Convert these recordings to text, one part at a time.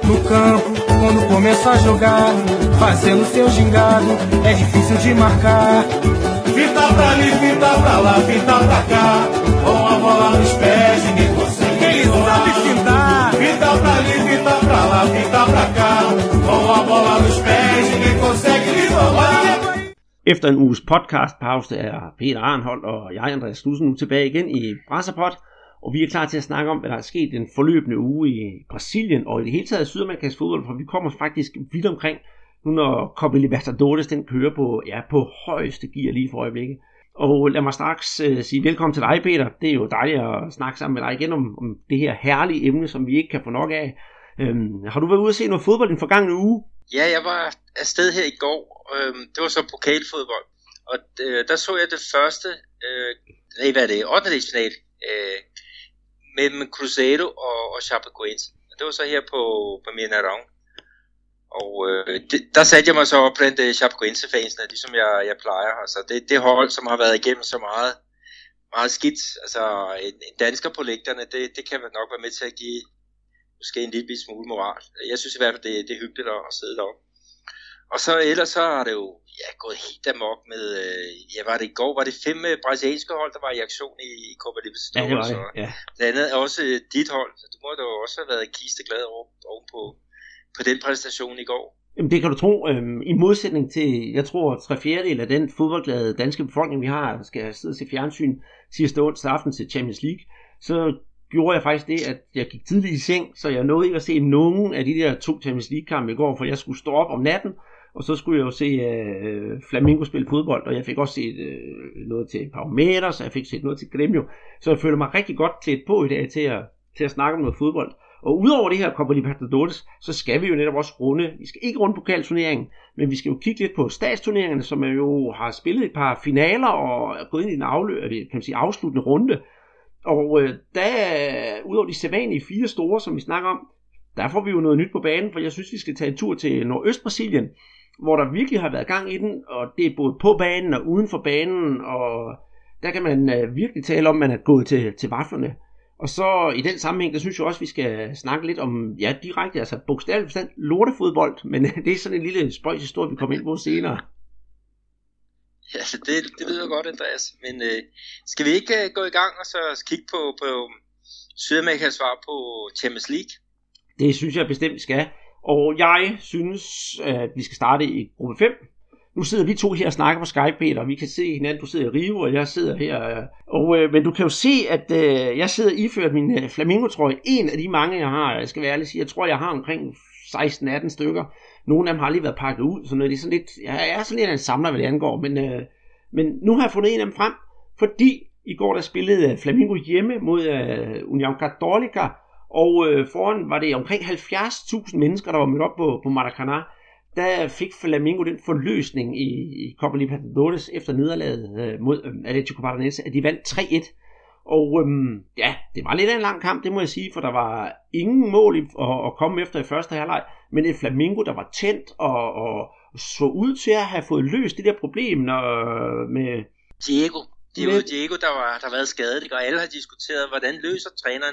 No campo, quando começa a jogar, fazendo seu gingado, é difícil de marcar. Fita pra ali, fita pra lá, fita pra cá, com a bola nos pés, ninguém consegue. Ele sabe fintar. Fita pra ali, fita pra lá, fita pra cá, com a bola nos pés, ninguém consegue lhe roubar. Efter en uges podcastpause er Peter Arnholt og jeg, Andreas Knudsen, nu tilbage igen i Brasserpot, og vi er klar til at snakke om, hvad der er sket den forløbende uge i Brasilien og i det hele taget sydamerikansk fodbold, for vi kommer faktisk vidt omkring, nu når Copa Libertadores den kører på højeste gear lige for øjeblikket. Og lad mig straks sige velkommen til dig, Peter. Det er jo dejligt at snakke sammen med dig igen om det her herlige emne, som vi ikke kan få nok af. Har du været ude at se noget fodbold den forgangne uge? Ja, jeg var afsted her i går. Det var så pokalfodbold. Og der så jeg det første, 8. mellem Cruzeiro og Chapecoense. Det var så her på Mineirão. Og der satte jeg mig så op blandt Chapecoense-fansene, ligesom jeg plejer. Altså det hold, som har været igennem så meget skidt. Altså en dansker på lægterne, det kan man nok være med til at give måske en lille smule moral. Jeg synes i hvert fald, det er hyggeligt at sidde deroppe. Og så ellers så har det jo gået helt amok med, var det i går, var det 5 brasilianske hold, der var i aktion i Copa Libertadores. Ja, det var det, ja. Blandt andet også dit hold, så du må da også have været kisteglad oven på den præstation i går. Jamen det kan du tro, i modsætning til, jeg tror 3/4 af den fodboldglade danske befolkning, vi har, skal sidde og se fjernsyn sidste onsdag aften til Champions League, så gjorde jeg faktisk det, at jeg gik tidligt i seng, så jeg nåede ikke at se nogen af de der 2 Champions League-kampe i går, for jeg skulle stå op om natten, og så skulle jeg jo se Flamengo spille fodbold, og jeg fik også set noget til Palmeiras, og jeg fik set noget til Grêmio, så jeg føler mig rigtig godt klædt på i dag til at snakke om noget fodbold. Og udover det her Copa Libertadores, så skal vi jo netop også vi skal ikke runde pokalturneringen, men vi skal jo kigge lidt på statsturneringerne, som jo har spillet et par finaler og er gået ind i en afsluttende runde. Og udover de sædvanlige 4 store, som vi snakker om, der får vi jo noget nyt på banen, for jeg synes, vi skal tage en tur til Nordøst-Brasilien, hvor der virkelig har været gang i den, og det er både på banen og uden for banen, og der kan man virkelig tale om, at man er gået til vaflerne. Og så i den sammenhæng, der synes jeg også, vi skal snakke lidt om, direkte, altså bogstaveligt forstand, lortefodbold, men det er sådan en lille spøjshistorie, vi kommer ind på senere. Ja, det lyder godt, Andreas. Men skal vi ikke gå i gang og så kigge på Sydamerikas svar på Champions League? Det synes jeg bestemt, vi skal. Og jeg synes, at vi skal starte i gruppe 5. Nu sidder vi to her og snakker på Skype, Peter, og vi kan se hinanden. Du sidder i Rio, og jeg sidder her. Men du kan jo se, at jeg sidder iført min Flamengo-trøje. En af de mange, jeg har, jeg skal være ærlig at sige, jeg tror, jeg har omkring 16-18 stykker. Nogle af dem har lige været pakket ud, så noget. Det er sådan lidt, jeg er sådan lidt af en samler, hvad det angår. Men nu har jeg fundet en af dem frem, fordi i går der spillede Flamengo hjemme mod União Católica, og foran var det omkring 70.000 mennesker, der var mødt op på Maracanã. Der fik Flamengo den forløsning i Copa Libertadores efter nederlaget mod Atlético Paranaense, at de vandt 3-1. Og det var lidt af en lang kamp, det må jeg sige, for der var ingen mål at komme efter i første halvleg, men et Flamengo, der var tændt og så ud til at have fået løst det der problem med Diego. Det er jo Diego, der har været skadet, og alle har diskuteret, hvordan løser træneren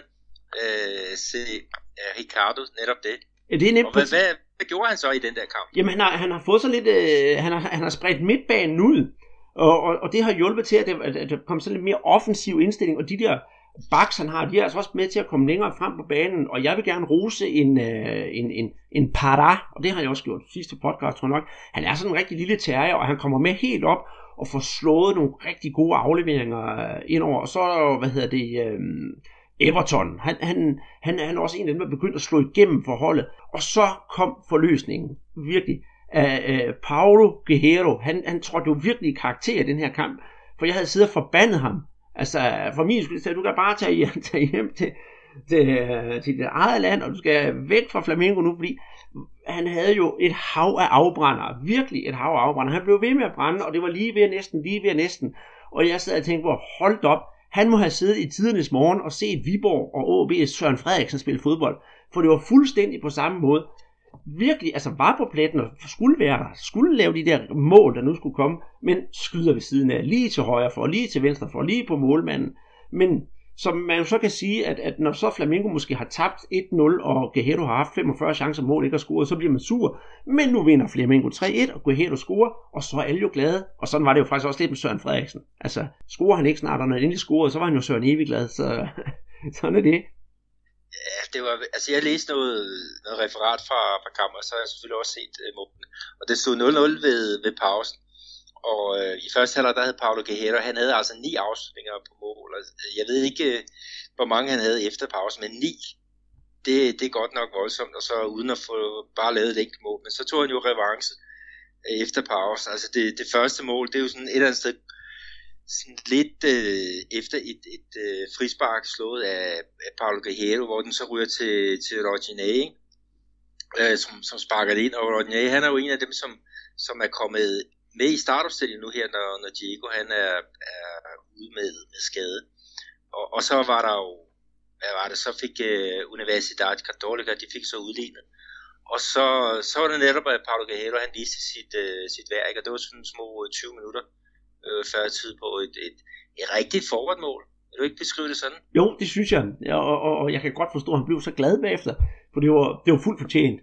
Ricardo netop det. Ja, det er nemt. Hvad gjorde han så i den der kamp? Jamen han har fået så lidt, han har spredt midtbanen ud, og det har hjulpet til, at der kom sådan lidt mere offensiv indstilling, og de der backs han har, de er altså også med til at komme længere frem på banen, og jeg vil gerne rose en Pará, og det har jeg også gjort sidste podcast, tror jeg nok. Han er sådan en rigtig lille terrier, og han kommer med helt op og får slået nogle rigtig gode afleveringer indover, og så Everton, han er også en af dem, der begyndte at slå igennem for holdet, og så kom forløsningen, virkelig, af Paulo Guerrero. Han trådte jo virkelig i karakter i den her kamp, for jeg havde siddet og forbandet ham. Altså, for min skulle sige, du kan bare tage hjem til dit eget land, og du skal væk fra Flamengo nu, fordi han havde jo et hav af afbrændere, virkelig et hav af afbrændere. Han blev ved med at brænde, og det var lige ved næsten, og jeg sad og tænkte på, hold op, han må have siddet i tidernes morgen og set Viborg og AaB's Søren Frederiksen spille fodbold, for det var fuldstændig på samme måde. Virkelig, altså var på pletten og skulle være der, skulle lave de der mål, der nu skulle komme, men skyder ved siden af, lige til højre for, lige til venstre for, lige på målmanden. Men Så man jo så kan sige, at når så Flamengo måske har tabt 1-0, og Guerreiro har haft 45 chancer mål, ikke har scoret, så bliver man sur. Men nu vinder Flamengo 3-1, og Guerreiro scorer, og så er alle jo glade. Og sådan var det jo faktisk også lidt med Søren Frederiksen. Altså, scorer han ikke snart, og når han endelig scorede, så var han jo Søren evig glad, så sådan er det. Ja, det var, altså jeg læste noget referat fra kampen, og så har jeg selvfølgelig også set målene. Og det stod 0-0 ved pausen. Og i første halvleg der havde Paulo Guerreiro, han havde altså 9 afslutninger på mål. Jeg ved ikke, hvor mange han havde efter pausen, men 9, det er godt nok voldsomt, og så uden at få bare lavet et enkelt mål. Men så tog han jo revanche efter pausen. Altså det første mål, det er jo sådan et eller andet sted sådan lidt efter et frispark slået af Paulo Guerreiro, hvor den så ryger til Rodinei, som sparker det ind. Og Rodinei, han er jo en af dem, som er kommet med i startopstillingen nu her, når Diego han er ude med skade. Og så var der jo, så fik Universidad Católica, de fik så udlignet. Og så var det netop, at Paulo Guerreiro han viste sit værk, og det var sådan små 20 minutter før tid på et rigtigt forwardmål. Vil du ikke beskrive det sådan? Jo, det synes jeg. Og jeg kan godt forstå, at han blev så glad bagefter, for det var fuldt fortjent.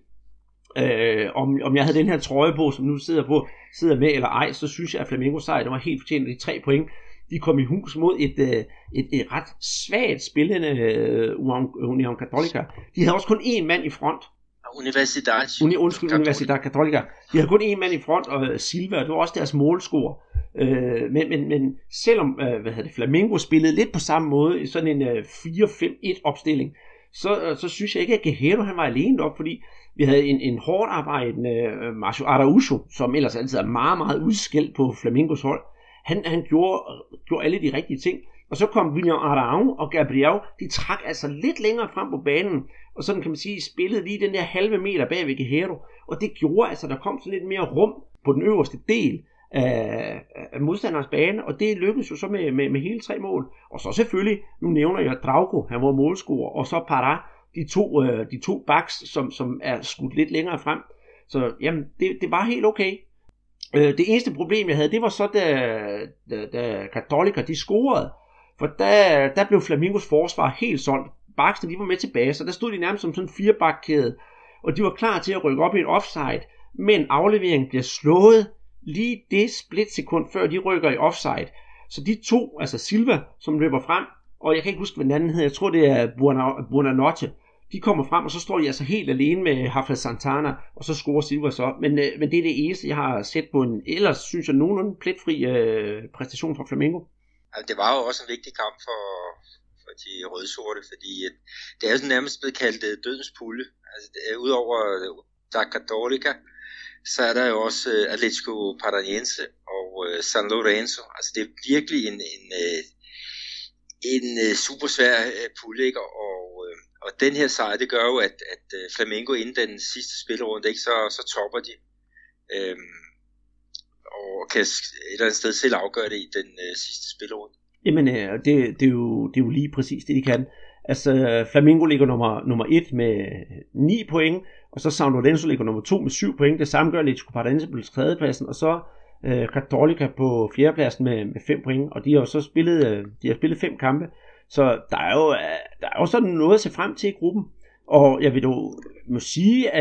Om jeg havde den her trøje på, som nu sidder med eller ej, så synes jeg, at Flamengo sejr, det var helt fortjent. De 3 point, de kom i hus mod et ret svagt spillende Unión Católica. De havde også kun én mand i front. Universidad Católica. De havde kun én mand i front, og Silva, det var også deres målscorer. Men selvom Flamengo spillede lidt på samme måde i sådan en 4-5-1 opstilling, så synes jeg ikke, at Guerreiro han var alene deroppe, fordi vi havde en hårdt arbejdende Marcio Araujo, som ellers altid er meget, meget udskældt på Flamengos hold. Han gjorde alle de rigtige ting. Og så kom William Arão og Gabriel, de trak altså lidt længere frem på banen, og sådan kan man sige, spillede lige den der halve meter bag ved Guerreiro, og det gjorde altså, der kom så lidt mere rum på den øverste del af modstanderens bane, og det lykkedes jo så med hele 3 mål. Og så selvfølgelig, nu nævner jeg Draugo, han var målscorer, og så Pará, de to backs, som er skudt lidt længere frem. Så jamen, det var helt okay. Det eneste problem, jeg havde, det var så, da Católica, de scorede. For der blev Flamingos forsvar helt solgt. Backsene, de var med tilbage, så der stod de nærmest som sådan en 4-bakkæde. Og de var klar til at rykke op i en offside. Men afleveringen bliver slået lige det splitsekund, før de rykker i offside. Så de to, altså Silva, som løber frem, og jeg kan ikke huske, hvad den anden hedder, jeg tror, det er Buonanotte. De kommer frem, og så står de altså helt alene med Rafa Santana, og så scorer Silva så. Men det er det eneste, jeg har set på en, ellers synes jeg, nogenlunde pletfri præstation fra Flamengo. Altså, det var jo også en vigtig kamp for de rødsorte, fordi det er jo sådan nærmest blevet kaldt dødens pulje. Altså, udover Católica, så er der jo også Atlético Paranaense og San Lorenzo. Altså, det er virkelig en super svær pulje, ikke? Og den her sejr, det gør jo, at Flamengo inden den sidste spillerunde, ikke, så topper de. Og kan et eller andet sted selv afgøre det i den sidste spillerunde. Jamen, det er jo lige præcis det, de kan. Altså, Flamengo ligger nummer 1 med 9 point, og så San Lorenzo ligger nummer 2 med 7 point. Det samme gør Atlético Paranaense på 3. pladsen, og så Católica på 4. pladsen med 5 point, og de har så spillet 5 kampe. Så der er jo sådan noget at se frem til i gruppen. Og jeg vil må sige,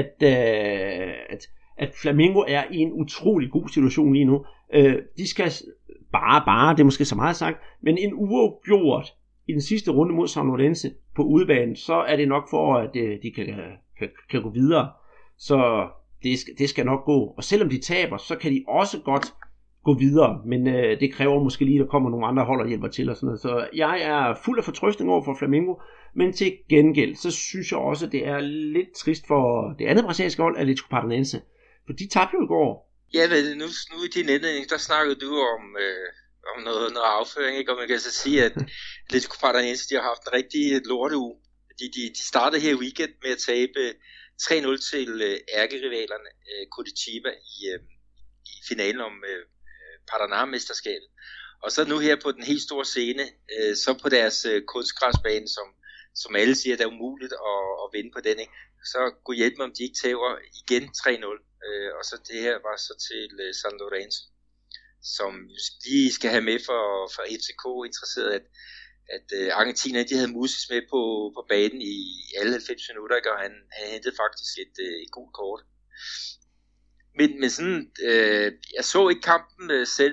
at Flamengo er i en utrolig god situation lige nu. De skal bare, det er måske så meget sagt, men en uafgjort i den sidste runde mod San Lorenzo på udebanen, så er det nok for, at de kan gå videre. Så det skal nok gå. Og selvom de taber, så kan de også godt gå videre, men det kræver måske lige, at der kommer nogle andre hold og hjælper til og sådan noget. Så jeg er fuld af fortrøstning over for Flamengo, men til gengæld, så synes jeg også, at det er lidt trist for det andet brasilianske hold, Atlético Paranaense, for de tabte jo i går. Ja, nu i din indledning, der snakkede du om noget afføring, ikke? Og man kan så sige, at Atlético Paranaense, de har haft en rigtig lorteuge. De startede her i weekend med at tabe 3-0 til ærkerivalerne Curitiba i finalen om Paraná-mesterskabet. Og så nu her på den helt store scene, så på deres kunstgræsbane, som alle siger, det er umuligt at vinde på den, ikke? Så kunne hjælpe mig, om de ikke taber igen 3-0. Og så det her var så til San Lorenzo, som lige skal have med for FCK interesseret, at Argentina, de havde Musis med på banen i alle 90 minutter, ikke? Og han hentede faktisk et gult kort. Men sådan, jeg så ikke kampen selv,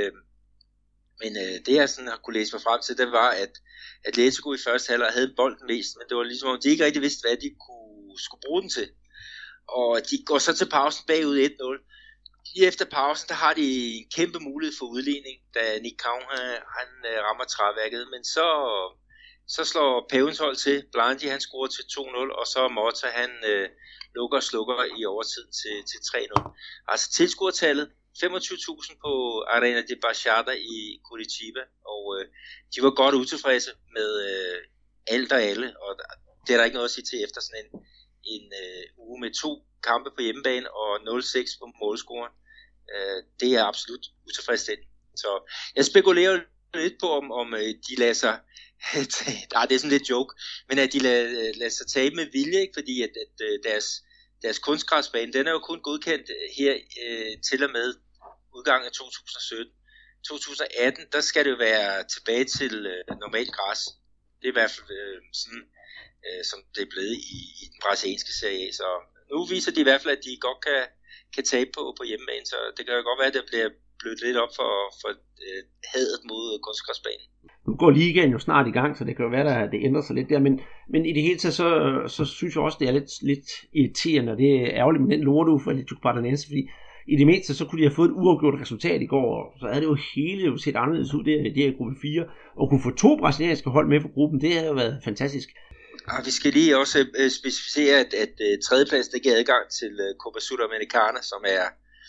men det jeg sådan har kunne læse mig frem til, det var, at Atletico i første halvleg havde bolden mest, men det var ligesom, om de ikke rigtig vidste, hvad de skulle bruge den til. Og de går så til pausen bagud 1-0. Lige efter pausen, der har de en kæmpe mulighed for udligning, da Nick Kaun, han rammer træværket, men så slår Pavens hold til. Blandi, han scorer til 2-0, og så Motta, han lukker og slukker i overtiden til 3-0. Altså tilskuertallet, 25.000 på Arena de Baixada i Curitiba, og de var godt utilfredse med alt og alle, og det er der ikke noget at sige til efter sådan en uge med 2 kampe på hjemmebane og 0-6 på målscoren. Det er absolut utilfredsstillende. Så jeg spekulerer lidt på, om de lader sig det er sådan lidt joke, men at de lader sig tabe med vilje, ikke? Fordi at deres kunstgræsbane, den er jo kun godkendt her til og med udgangen af 2017. 2018, der skal det jo være tilbage til normalt græs. Det er i hvert fald sådan, som det er blevet i den brasilianske serie. Så nu viser de i hvert fald, at de godt kan tabe på hjemmebane, så det kan jo godt være, at det bliver blødt lidt op for hadet mod kunstgræsbanen. Nu går ligaen jo snart i gang, så det kan jo være, at det ændrer sig lidt der, men i det hele taget, så synes jeg også, det er lidt irriterende, og det er ærgerligt med den lorte for Atlético Paranaense, fordi i det mindste, så kunne de have fået et uafgjort resultat i går, og så havde det jo hele set anderledes ud, det er gruppe 4, og kunne få 2 brasilianske hold med for gruppen, det havde jo været fantastisk. Og vi skal lige også specificere, at tredjeplads, der giver adgang til Copa Sudamericana, som er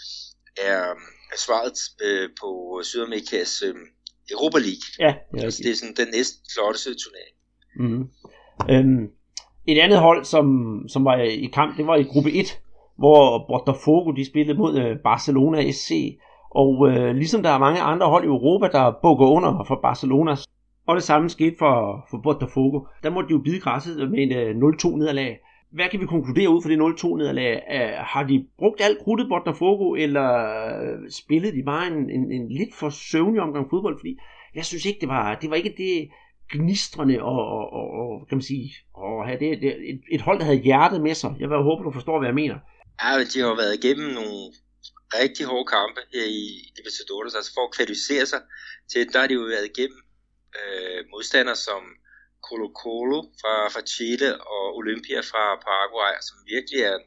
svaret på Sydamerikas Europa League. Ja, det er sådan den næste flotteste turnering. Mm-hmm. Et andet hold, som var i kamp, det var i gruppe 1, hvor Botafogo de spillede mod Barcelona SC. Og ligesom der er mange andre hold i Europa, der bukker under for Barcelona, og det samme skete for Botafogo. Der måtte de jo bide græsset med en 0-2 nederlag. Hvad kan vi konkludere ud fra det 0-2 nederlag? Har de brugt alt krudtet Botafogo, eller spillede de bare en lidt for søvnig omgang fodbold? Fordi jeg synes ikke, det var ikke det gnistrende og kan man sige, det et hold, der havde hjertet med sig. Jeg håber, du forstår, hvad jeg mener. Ja, de har været igennem nogle rigtig hårde kampe her i Libertadores, altså for at kvalificere sig til, der har de jo været igennem modstandere som Colo-Colo fra Chile og Olympia fra Paraguay, som virkelig er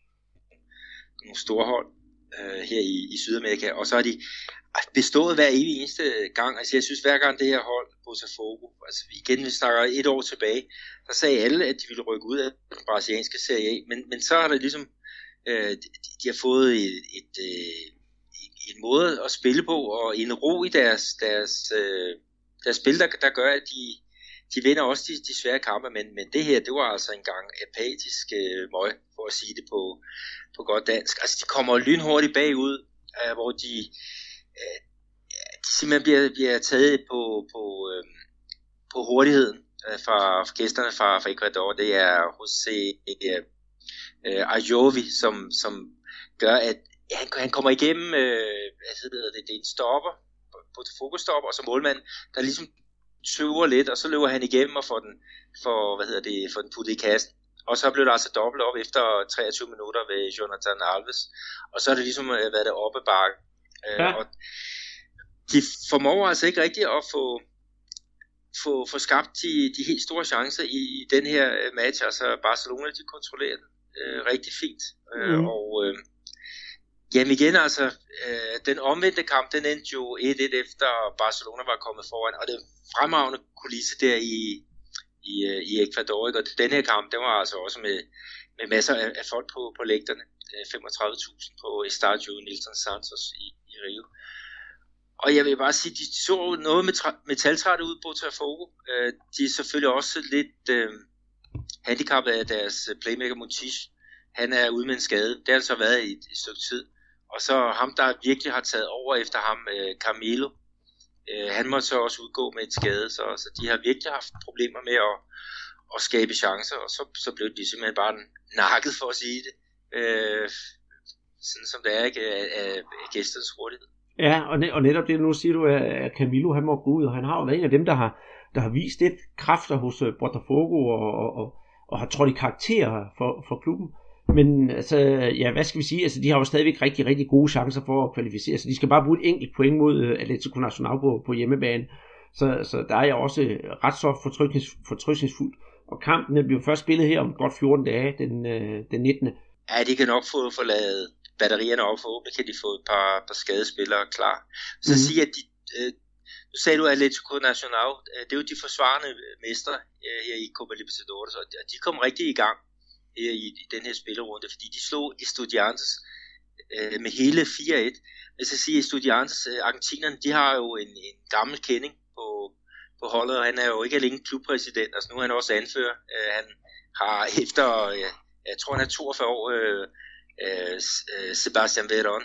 nogle store hold her i Sydamerika, og så har de bestået hver evig eneste gang. Altså jeg synes hver gang det her hold, Botafogo, altså igen vi snakker 1 år tilbage, der sagde alle, at de ville rykke ud af den brasilianske Serie A, men så har det ligesom de har fået en måde at spille på, og en ro i deres spil, der gør, at de vinder også de svære kampe, men det her, det var altså en gang apatisk møg, for at sige det på godt dansk. Altså de kommer lynhurtigt bagud, hvor de simpelthen bliver taget på hurtigheden fra gæsterne fra Ecuador. Det er José Ayovi, som gør, at han kommer igennem, det er en stopper, på fokusstopper, og så målmand, der ligesom tøver lidt, og så løber han igennem og får den puttet i kassen. Og så blev der altså dobbelt op efter 23 minutter ved Jonathan Alves, og så er det ligesom været det oppe bakke. Ja. Og de formår altså ikke rigtigt at få skabt de helt store chancer i den her match. Altså Barcelona, de kontrollerer den rigtig fint. Og jamen igen, altså den omvendte kamp, den endte jo 1-1 efter Barcelona var kommet foran, og det fremragende kulisse der i Ecuador, og den her kamp, den var altså også med masser af folk på lægterne, 35.000 på Estadio Nilton Santos i Rio. Og jeg vil bare sige, de så noget metaltrætte ud på Botafogo. De er selvfølgelig også lidt handicappet af deres playmaker Montiel. Han er ude med en skade. Det har altså været i et stykke tid. Og så ham, der virkelig har taget over efter ham, Camilo, han må så også udgå med et skade. Så de har virkelig haft problemer med at skabe chancer, og så blev de simpelthen bare nakket, for at sige det. Sådan som det er, ikke, af gæsternes hurtighed. Ja, og netop det, nu siger du, at Camilo han må gå ud, og han har jo været en af dem, der der har vist lidt kræfter hos Botafogo og har trådt i karakter for klubben. Men altså, ja, hvad skal vi sige? Altså, de har jo stadigvæk rigtig, rigtig gode chancer for at kvalificere sig. De skal bare bruge et enkelt point mod Atlético Nacional på hjemmebane. Så der er jeg også ret så fortrøstningsfuld. Og kampen bliver først spillet her om godt 14 dage, den 19. Ja, de kan nok få lavet batterierne op, forhåbentlig kan de få et par skadespillere klar. Så sige, at nu sagde du Atlético Nacional, det er jo de forsvarende mestre her i Copa Libertadores, og de kom rigtig i gang her i den her spillerunde, fordi de slog Estudiantes med hele 4-1. Jeg skal sige, Estudiantes, argentinerne, de har jo en gammel kending på holdet, og han er jo ikke alene klubpræsident, altså nu er han også anfører. Han har efter, jeg tror han er 42 år, Sebastián Verón.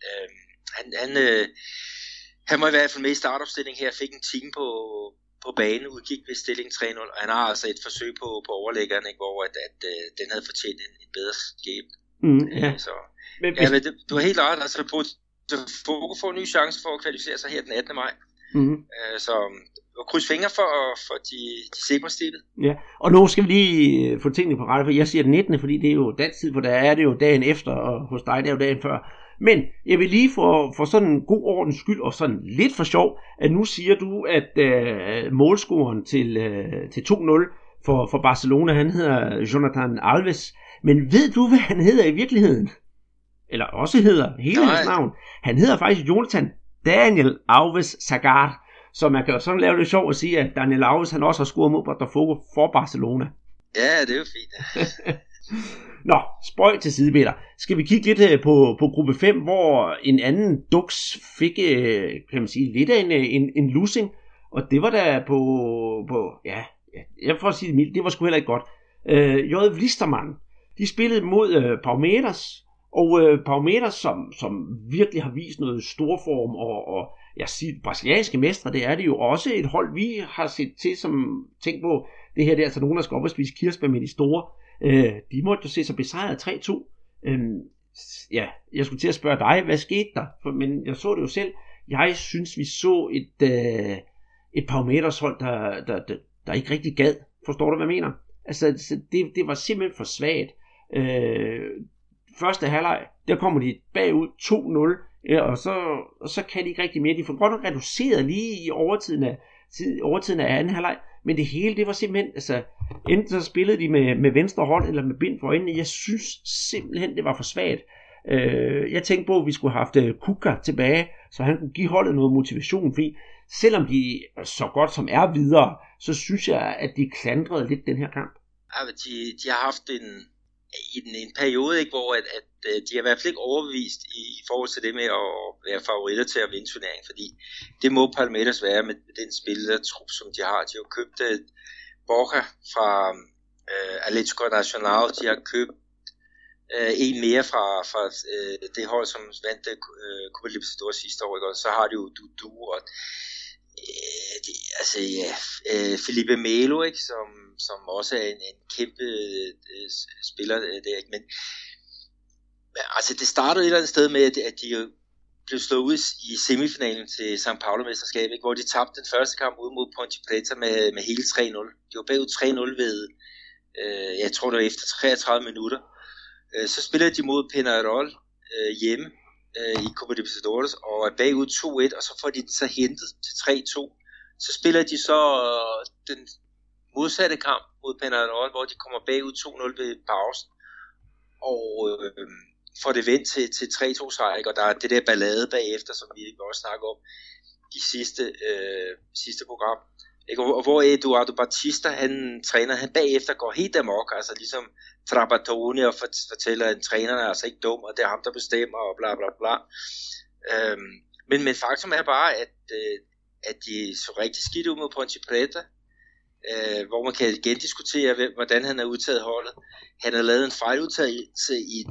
Han var i hvert fald med i startopstilling her, fik en time på banen, udgik ved stilling 3-0, og han har altså et forsøg på overlæggeren, ikke, hvor at den havde fortjent en bedre skæbne. Ja. Så, men du har helt ret, altså Botafogo får en ny chance for at kvalificere sig her den 18. maj. Så kryds fingre for de Zebra-stilet. Ja, og nu skal vi lige få tingene på rette, for jeg siger den 19. fordi det er jo dansk tid, for der er det jo dagen efter, og hos dig det er jo dagen før. Men jeg vil lige for sådan en god ordens skyld, og sådan lidt for sjov, at nu siger du, at målscoren til 2-0 for Barcelona, han hedder Jonathan Alves. Men ved du, hvad han hedder i virkeligheden? Eller også hedder hele hans navn. Han hedder faktisk Jonathan Daniel Alves Zagar. Så man kan jo sådan lave det sjovt at sige, at Daniel Alves han også har scoret mod Botafogo for Barcelona. Ja, det er jo fint. Nå, spøj til side, Peter. Skal vi kigge lidt på gruppe 5, hvor en anden Dux fik, kan man sige, lidt af en losing. Og det var der på ja, jeg får at sige det mildt, det var sgu heller ikke godt. J. Listermann, de spillede mod Palmeiras, og Palmeiras, som virkelig har vist noget storform, og jeg siger, brasilianske mestre, det er det jo også et hold, vi har set til, som tænkt på, det her det er altså nogen, der skal op og spise kirsebær med de store. De måtte jo se sig besejret 3-2. Ja, jeg skulle til at spørge dig, hvad skete der? Men jeg så det jo selv. Jeg synes, vi så et Palmeiras hold, der ikke rigtig gad. Forstår du, hvad jeg mener? Altså, det var simpelthen for svagt. Første halvleg, der kommer de bagud 2-0, og så kan de ikke rigtig mere. De får godt nok reduceret lige i overtiden af anden halvleg, men det hele, det var simpelthen, altså, enten så spillede de med venstre hånd, eller med bind for øjnene. Jeg synes simpelthen, det var for svagt. Jeg tænkte på, at vi skulle have haft Kuka tilbage, så han kunne give holdet noget motivation, fordi selvom de så godt som er videre, så synes jeg, at de klandrede lidt den her kamp. Ja, de har haft en periode, ikke, hvor at de har i hvert fald ikke overbevist i forhold til det med at være favoritter til at vinde turneringen, fordi det må Palmeiras være med den spillertrup, som de har. De har købt Borja fra Atlético Nacional, de har købt en mere fra det hold, som vandt Copa Libertadores sidste år, ikke? Og så har de jo Dudu og Felipe Melo, ikke? Som også er en kæmpe spiller der, ikke? Men altså det startede et eller andet sted med, at de blev slået ud i semifinalen til São Paulo-mesterskabet, ikke? Hvor de tabte den første kamp ude mod Ponte Preta med hele 3-0. De var bagud 3-0 ved, jeg tror det var efter 33 minutter. Så spiller de mod Peñarol hjemme i Copa Libertadores og er bagud 2-1, og så får de så hentet til 3-2. Så spiller de så den modsatte kamp mod Peñarol, hvor de kommer bagud 2-0 ved pausen, og får det vendt til 3-2 sejr, og der er det der ballade bagefter, som vi også snakker om i sidste program. Og hvor Eduardo Batista, han træner, han bagefter går helt amok, altså ligesom Trapattoni, og fortæller, at træneren er altså ikke dum, og det er ham, der bestemmer, og bla bla bla. Men faktum er bare, at de så rigtig skidt ud mod Ponte Preta, hvor man kan igen diskutere, hvordan han har udtaget holdet. Han har lavet en fejludtagelse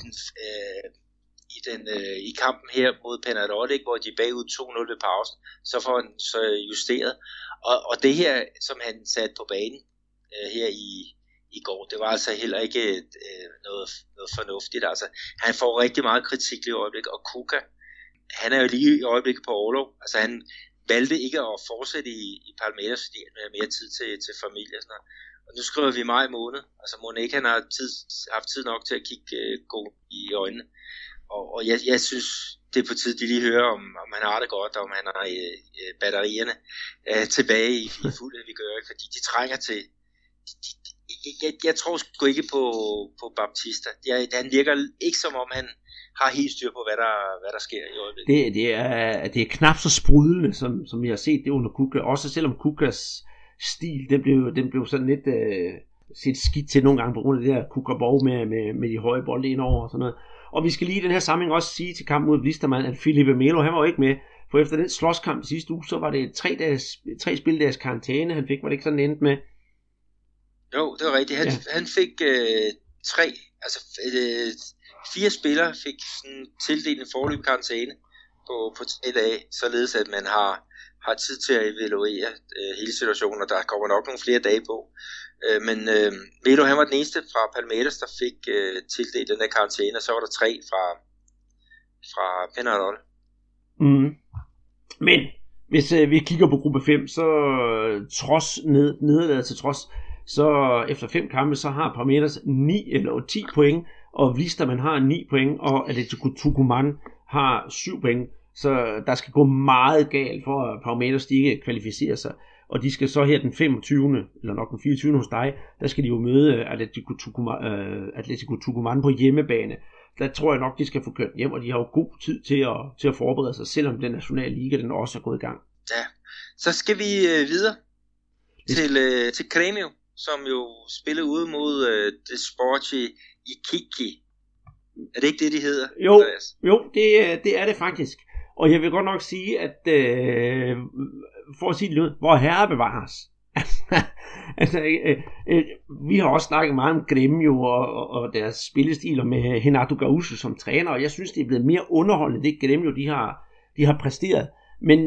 i kampen her mod Peñarol, hvor de er bagud 2-0 ved pausen, så får han så justeret. Og det her, som han satte på banen her i går, det var altså heller ikke noget fornuftigt. Altså, han får rigtig meget kritik lige i øjeblikket, og Kuka, han er jo lige i øjeblikket på orlov. Altså valgte ikke at fortsætte i Palmeiras, fordi han havde mere tid til familie og sådan noget. Og nu skriver vi maj måned, altså må ikke han har haft tid nok til at kigge god i øjnene. Og jeg synes, det er på tide, de lige hører, om han har det godt, om han har batterierne tilbage i fuld vigør, fordi de trænger til. Jeg tror sgu ikke på Baptista. Han virker ikke som om han har helt styr på, hvad der sker i øjeblikket. Det er knap så sprudlende, som vi har set det under Kuka. Også selvom Kukas stil, den blev sådan lidt set skidt til nogle gange på grund af det her Kuka-borg med de høje bolde indover og sådan noget. Og vi skal lige i den her samling også sige til kampen mod Blisterman, at Felipe Melo, han var jo ikke med. For efter den slåskamp sidste uge, så var det 3 spildages karantæne, han fik, var det ikke sådan endte med? Jo, det var rigtigt. Han fik 4 spillere fik sådan tildelt en foreløbig karantæne på 3 dage, således at man har tid til at evaluere hele situationen, og der kommer nok nogle flere dage på. Men Melo, han var den eneste fra Palmeiras, der fik tildelt den der karantæne, og så var der 3 fra Peñarol. Men hvis vi kigger på gruppe 5, så trods nederlaget til trods, så efter 5 kampe, så har Palmeiras 9 eller 10 point, og Blisterman har 9 point, og Atlético Tucumán har 7 point. Så der skal gå meget galt for at Palmeiras ikke kvalificerer sig. Og de skal så her den 25. eller nok den 24. hos dig, der skal de jo møde Atlético Tucumán på hjemmebane. Der tror jeg nok, de skal få kørt hjem, og de har jo god tid til at forberede sig, selvom den nationale liga den også er gået i gang. Ja, så skal vi videre til Grêmio, som jo spiller ude mod Desportivo Iquique. Er det ikke det, de hedder? Jo, det er det faktisk. Og jeg vil godt nok sige, at for at sige det ud, hvor herre bevares. Vi har også snakket meget om Grêmio og deres spillestiler med Renato Gaúcho som træner, og jeg synes, det er blevet mere underholdende, det Grêmio de har præsteret. Men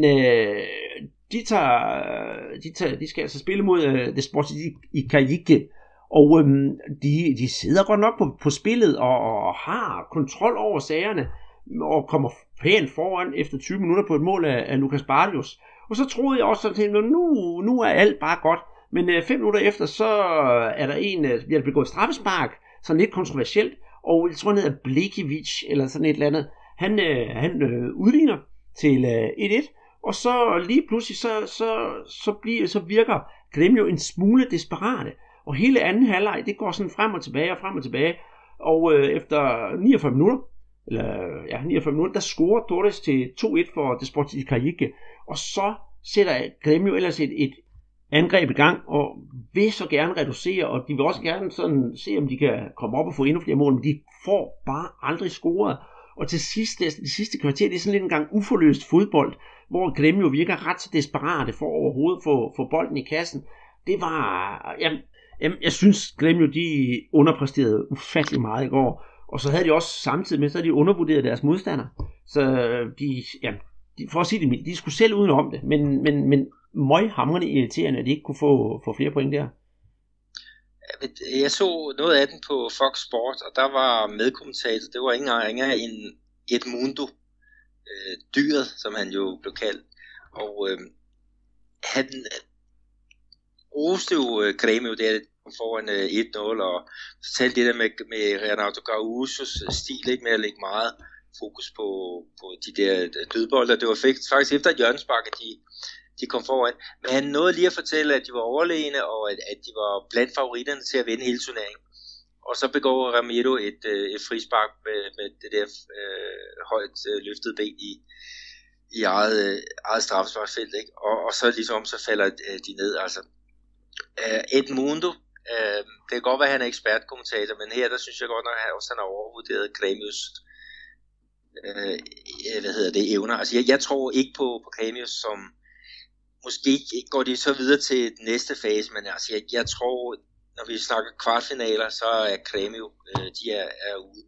de skal altså spille mod Desportivo Iquique, og de sidder godt nok på spillet og har kontrol over sagerne, og kommer pænt foran efter 20 minutter på et mål af Lucas Barrios. Og så troede jeg også, at nu er alt bare godt. Men 5 minutter efter, så er der bliver begået straffespark, sådan lidt kontroversielt, og jeg tror, han hedder Blekiewicz, eller sådan et eller andet. Han udligner til 1-1, og så lige pludselig, så virker Grêmio en smule desperate. Og hele anden halvleg, det går sådan frem og tilbage, og efter 49 minutter, der scorer Torres til 2-1 for Desportivo Iquique, og så sætter Grêmio ellers et angreb i gang, og vil så gerne reducere, og de vil også gerne sådan se, om de kan komme op og få endnu flere mål, men de får bare aldrig scoret. Og til sidst, det sidste kvarter, det er sådan lidt en gang uforløst fodbold, hvor Grêmio virker ret så desperate for overhovedet få bolden i kassen. Det var, jeg synes Grêmio, de underpræsterede ufattelig meget i går, og så havde de også samtidig med, så havde de undervurderet deres modstandere. Så for at sige det mildt, de skulle selv udenom det, men møghamrende irriterende, at de ikke kunne få flere point der. Jeg så noget af den på Fox Sport, og der var medkommentator, det var ikke engang en Edmundo, dyret, som han jo blev kaldt, og han roste jo Grêmio der foran 1-0, og fortalte det der med Renato Gaúchos stil, ikke, med at lægge meget fokus på de der dødbolder. Det var faktisk efter et hjørnespark, at de kom foran. Men han nåede lige at fortælle, at de var overlegne, og at de var blandt favoritterne til at vinde hele turneringen. Og så begår Ramiro et frispark med det der højt løftede ben i eget straffesparksfelt, ikke? Og så ligesom så falder de ned. Altså Edmundo, det kan godt være, at han er ekspertkommentator, men her der synes jeg godt nok, at han har overvurderet Grêmios evner. Altså jeg tror ikke på Grêmios, som måske går de så videre til den næste fase, men altså jeg tror, når vi snakker kvartfinaler, så er Grêmio, de er ude.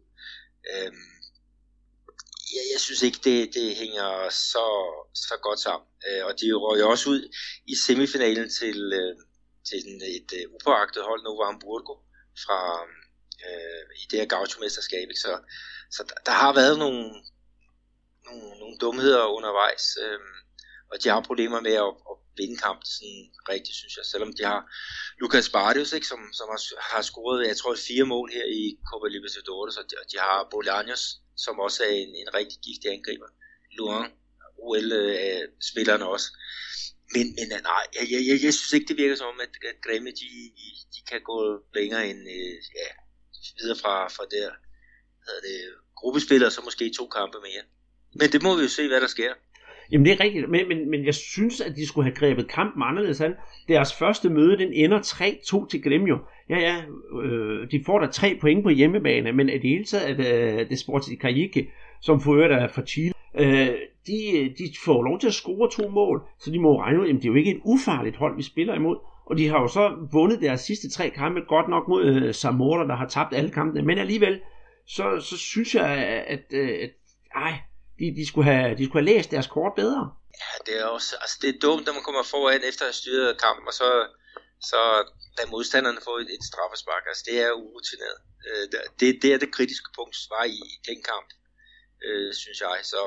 Jeg synes ikke, det hænger så godt sammen. Og de røg jo også ud i semifinalen til et upåagtet hold, Novo Hamburgo, fra i det her Gaucho-mesterskab. Så der har været nogle dumheder undervejs. Og de har problemer med at vinde kampen sådan rigtigt, synes jeg. Selvom de har Lucas Barrios, ikke, som har scoret, jeg tror, 4 mål her i Copa Libertadores, og de har Bolaños, som også er en rigtig giftig angriber. Luan, OL-spillerne også. Men nej, jeg synes ikke, det virker som om, at Grêmio, de kan gå længere end, videre fra der, gruppespillere, så måske 2 kampe mere. Men det må vi jo se, hvad der sker. Jamen det er rigtigt, men jeg synes, at de skulle have grebet kampen anderledes an. Deres første møde, den ender 3-2 til Grêmio. De får der 3 point på hjemmebane, men i det hele taget er det Sporting Cajique, som fører der fra Chile. De får lov til at score 2 mål, så de må regne ud, at det er jo ikke et ufarligt hold, vi spiller imod. Og de har jo så vundet deres sidste 3 kampe, godt nok mod Zamora, der har tabt alle kampene. Men alligevel, så synes jeg, at de skulle have læst deres kort bedre. Ja, det er også, altså det er dumt, når man kommer foran efter at have styret kampen, og så da modstanderne får et straffespark. Altså det er urutineret. Det er det kritiske punkt var i den kamp, synes jeg. Så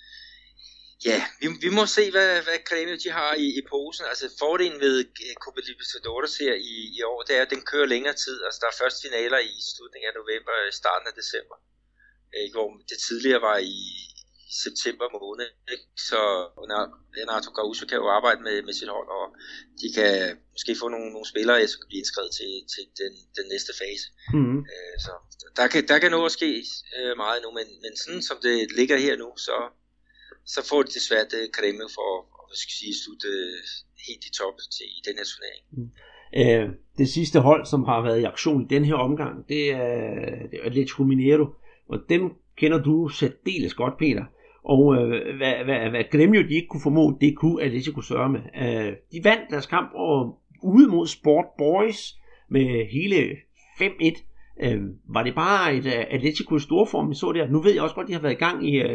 ja, vi må se, hvad Grêmio de har i posen. Altså fordelen ved Copa Libertadores her i år, det er, at den kører længere tid. Altså der er først finaler i slutningen af november og starten af december. Hvor det tidligere var i september måned, ikke? Så Renato Gaúcho kan jo arbejde med sit hold, og de kan måske få nogle spillere, som kan blive indskrevet til den næste fase. Mm-hmm. Så der kan nå at ske meget nu, men sådan som det ligger her nu, så får de det svært Grêmio for at slutte helt i top i den her turnering. Det sidste hold, som har været i aktion i den her omgang, det er Atlético Mineiro, og dem kender du særdeles godt, Peter. Og hvad Grêmio de ikke kunne formå, det kunne Atlético sørge med. De vandt deres kamp ude mod Sport Boys med hele 5-1. Var det bare et Atlético i storform, vi så der? Nu ved jeg også godt, de har været i gang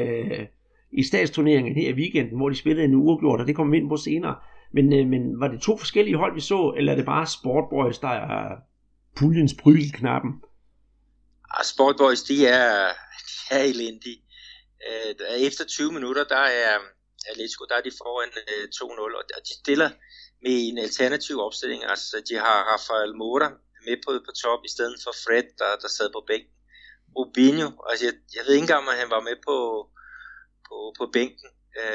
i statsturneringen her i weekenden, hvor de spillede en uafgjort, og det kommer vi ind på senere. Men var det 2 forskellige hold, vi så, eller er det bare Sport Boys, der er puljens prygelknappen? Sport Boys, de er elendige. Efter 20 minutter, der er Atlético, der er de foran 2-0, og de stiller med en alternativ opstilling. Altså, de har Rafael Moura med på top, i stedet for Fred, der sad på bænken. Rubinho, altså jeg ved ikke engang, om han var med på bænken.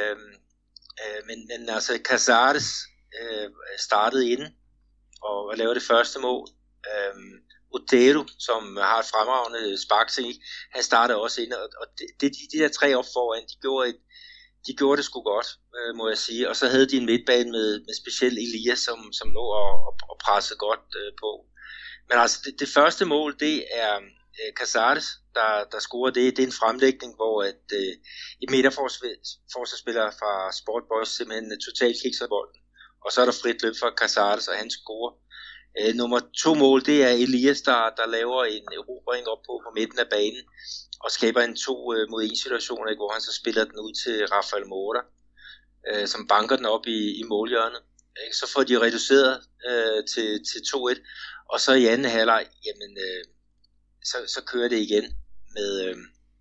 Men altså, Casares startede inden og lavede det første mål. Otero, som har et fremragende sparkting, han startede også ind, og de der 3 op foran, de gjorde det sgu godt, må jeg sige. Og så havde de en midtbane med specielt Elias, som lå og pressede godt på. Men altså, det første mål, det er Casares, der scorer det. Det er en fremlægning, hvor et midterforsvarsspiller fra Sport Boys simpelthen totalt kikser bolden. Og så er der frit løb for Casares, og han scorer. Nummer 2 mål, det er Elias, der laver en erobring op på midten af banen og skaber en 2 mod 1 situation, ikke, hvor han så spiller den ud til Rafael Moura, som banker den op i målhjørnet. Ikke? Så får de reduceret til 2-1, og så i anden halvleg, jamen så kører det igen med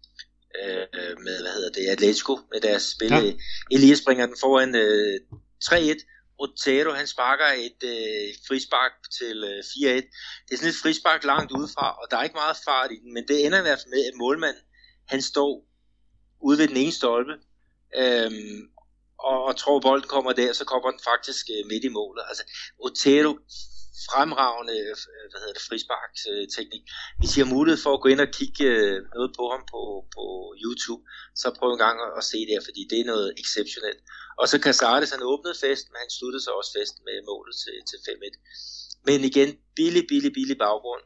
Atlético med deres spil. Ja. Elias springer den foran 3-1. Otero, han sparker et frispark til 4-1. Det er sådan et frispark langt udefra, og der er ikke meget fart i den, men det ender i hvert fald med, at målmanden, han står ude ved den ene stolpe, og tror bolden kommer der, så kommer den faktisk midt i målet. Altså, Otero, fremragende frisparksteknik. Hvis I har mulighed for at gå ind og kigge noget på ham på YouTube, så prøv en gang at se det her, fordi det er noget exceptionelt. Og så Casares, han åbnede festen, men han sluttede så også festen med målet til 5-1. Men igen, billig baggrund.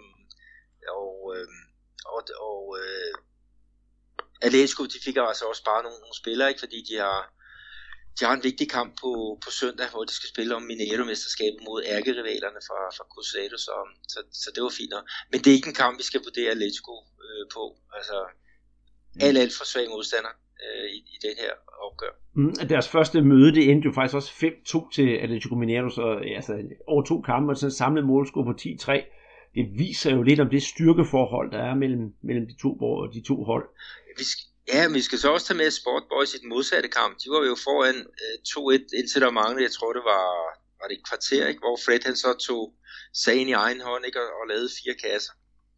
Atlético, de fik altså også bare nogle spillere, ikke, fordi de har en vigtig kamp på søndag, hvor de skal spille om Mineiro-mesterskabet mod ærkerivalerne fra Cruzeiro, så det var fint nok. Men det er ikke en kamp, vi skal vurdere Atlético på. Altså, alt for svag modstander i den her opgør. Deres første møde, det endte jo faktisk også 5-2 til Atlético Mineiro, så altså, over 2 kampe og sådan en samlet målscore på 10-3. Det viser jo lidt om det styrkeforhold, der er mellem de to hold. Ja, men vi skal så også tage med Sport Boys i den modsatte kamp. De var jo foran 2-1, indtil der manglede, jeg tror det var det et kvarter, ikke? Hvor Fred han så tog sagen i egen hånd, ikke? Og lavede 4 kasser.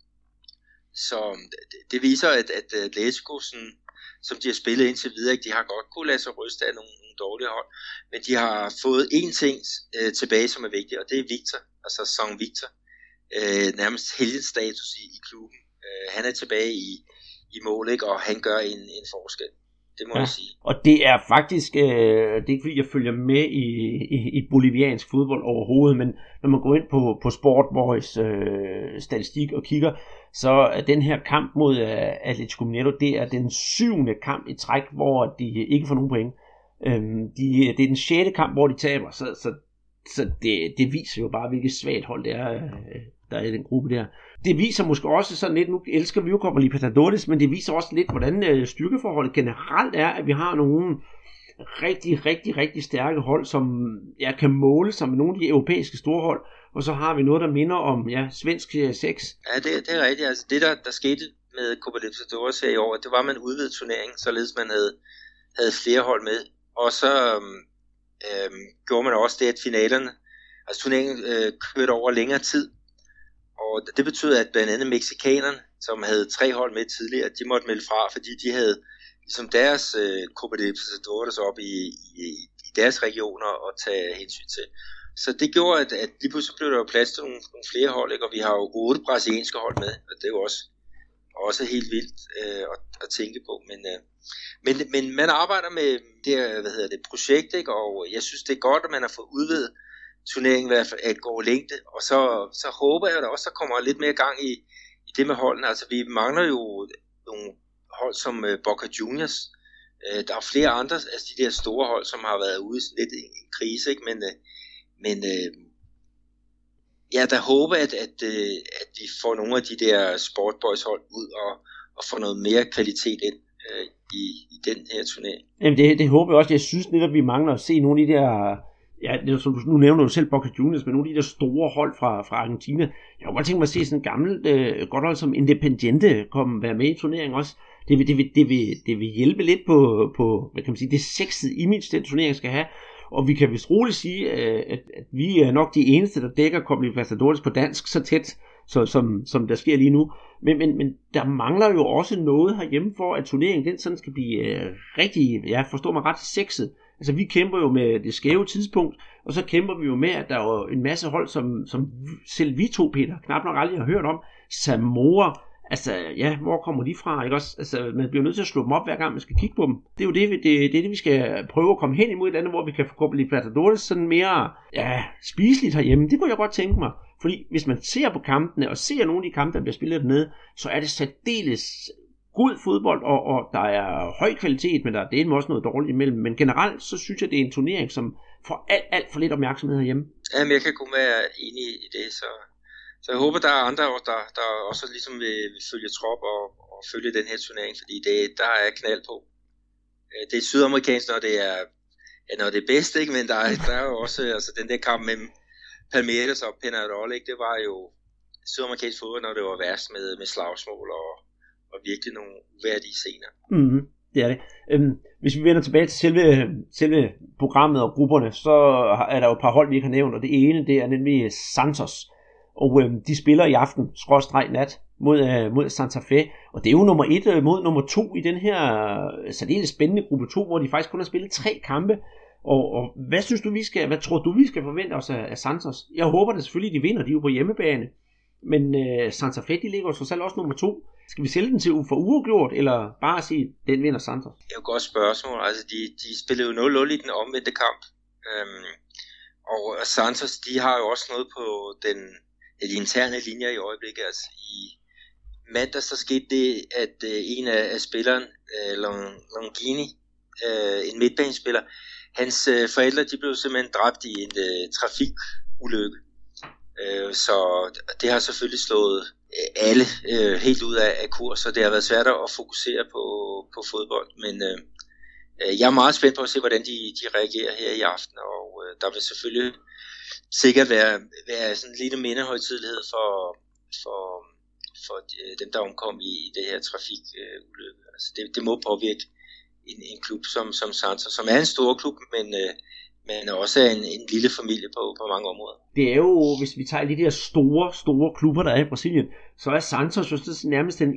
Så det viser, at Atletico, som de har spillet indtil videre, ikke? De har godt kunne lade sig ryste af nogle dårlige hold, men de har fået én ting tilbage, som er vigtigt, og det er Victor, altså Song Victor, nærmest helgenstatus i klubben. Han er tilbage i mål, ikke? Og han gør en forskel. Det må jeg sige. Og det er faktisk, det er ikke fordi jeg følger med i boliviansk fodbold overhovedet, men når man går ind på Sport Boys statistik og kigger, så er den her kamp mod Atletico Mineiro, det er den 7. kamp i træk, hvor de ikke får nogen point. Det er den 6. kamp, hvor de taber, så det viser jo bare, hvilket svagt hold det er, der er i den gruppe der. Det viser måske også sådan lidt, nu elsker vi jo Copa Libertadores, men det viser også lidt, hvordan styrkeforholdet generelt er, at vi har nogle rigtig stærke hold, som kan måle sig med nogle af de europæiske store hold, og så har vi noget, der minder om svensk 6. Ja, det er rigtigt. Altså det, der skete med Copa Libertadores her i år, det var, at man udvidede turneringen, således man havde flere hold med, og så gjorde man også det, at finalerne, altså turneringen kørte over længere tid. Og det betød, at blandt andet mexikanerne, som havde 3 hold med tidligere, de måtte melde fra, fordi de havde ligesom deres Copa Libertadores op i deres regioner at tage hensyn til. Så det gjorde, at lige pludselig blev der jo plads til nogle flere hold, ikke? Og vi har jo 8 brasilianske hold med, og det er jo også helt vildt at tænke på. Men man arbejder med det projekt, ikke? Og jeg synes, det er godt, at man har fået udvidet turneringen i hvert fald at gå længde, og så håber jeg da også, der kommer lidt mere gang i det med holdene. Altså vi mangler jo nogle hold som Boca Juniors. Der er flere andre, altså de der store hold, som har været ude lidt i en krise, ikke? Men der håber at vi får nogle af de der Sport Boys hold ud og får noget mere kvalitet ind i den her turnering. Jamen det håber jeg også. Jeg synes netop, vi mangler at se nogle af de der. Ja, som nu nævner du selv Boca Juniors, men nogle af de der store hold fra Argentina. Jeg kunne godt tænke mig at se sådan en gammel godt hold som Independiente være med i turneringen også. Det vil hjælpe lidt på hvad kan man sige, det sexede image, den turnering skal have. Og vi kan vist roligt sige, at vi er nok de eneste, der dækker Copa Libertadores på dansk så tæt, som der sker lige nu. Men der mangler jo også noget herhjemme for, at turneringen den sådan skal blive rigtig, forstår man ret, sexet. Altså vi kæmper jo med det skæve tidspunkt, og så kæmper vi jo med, at der er jo en masse hold, som selv vi to, Peter, knap nok aldrig har hørt om. Samoa, altså hvor kommer de fra, ikke også? Altså man bliver nødt til at slå dem op, hver gang man skal kigge på dem. Det er jo det vi skal prøve at komme hen imod et andet, hvor vi kan få Copa Libertadores sådan mere, spiseligt herhjemme. Det kunne jeg godt tænke mig. Fordi hvis man ser på kampene, og ser nogle af de kampe, der bliver spillet dernede, så er det særdeles god fodbold, og der er høj kvalitet, men der er delt også noget dårligt imellem. Men generelt, så synes jeg, det er en turnering, som får alt for lidt opmærksomhed herhjemme. Jamen, jeg kan kun være enig i det, så jeg håber, der er andre, der også ligesom vil følge trop og følge den her turnering, fordi der er knald på. Det er sydamerikansk, når det er bedst, ikke? Men der er jo også altså, den der kamp mellem Palmeiras og Peñarol, ikke? Det var jo sydamerikansk fodbold, når det var værst med slagsmål og virkelig nogle uværdige scener. Mm-hmm, det er det. Hvis vi vender tilbage til selve programmet og grupperne, så er der jo et par hold, vi ikke har nævnt, og det ene, det er nemlig Santos. Og de spiller i aften, /nat, mod Santa Fe. Og det er jo nummer 1 mod nummer 2 i den her særdeles spændende gruppe 2, hvor de faktisk kun har spillet 3 kampe. Og hvad tror du, vi skal forvente os af Santos? Jeg håber da selvfølgelig, de vinder, de er jo på hjemmebane. Men Santa Fe, de ligger jo trods alt også nummer 2. Skal vi sælge den til for uafgjort, eller bare sige, den vinder Santos? Det er jo et godt spørgsmål. Altså, de spillede jo 0-0 i den omvendte kamp. Og Santos, de har jo også noget på de interne linjer i øjeblikket. Altså, i mandag så skete det, at en af spilleren, Longini, en midtbanespiller, hans forældre, de blev simpelthen dræbt i en trafikulykke. Så det har selvfølgelig slået alle helt ud af kurs, så det har været svært at fokusere på fodbold, men jeg er meget spændt på at se, hvordan de reagerer her i aften, og der vil selvfølgelig sikkert være sådan en lille mindehøjtidelighed dem, der omkom i det her trafikulykke. Altså det må påvirke en klub som Santos, som er en stor klub, men også er en lille familie på mange områder. Det er jo, hvis vi tager de der store klubber, der er i Brasilien, så er Santos jo nærmest det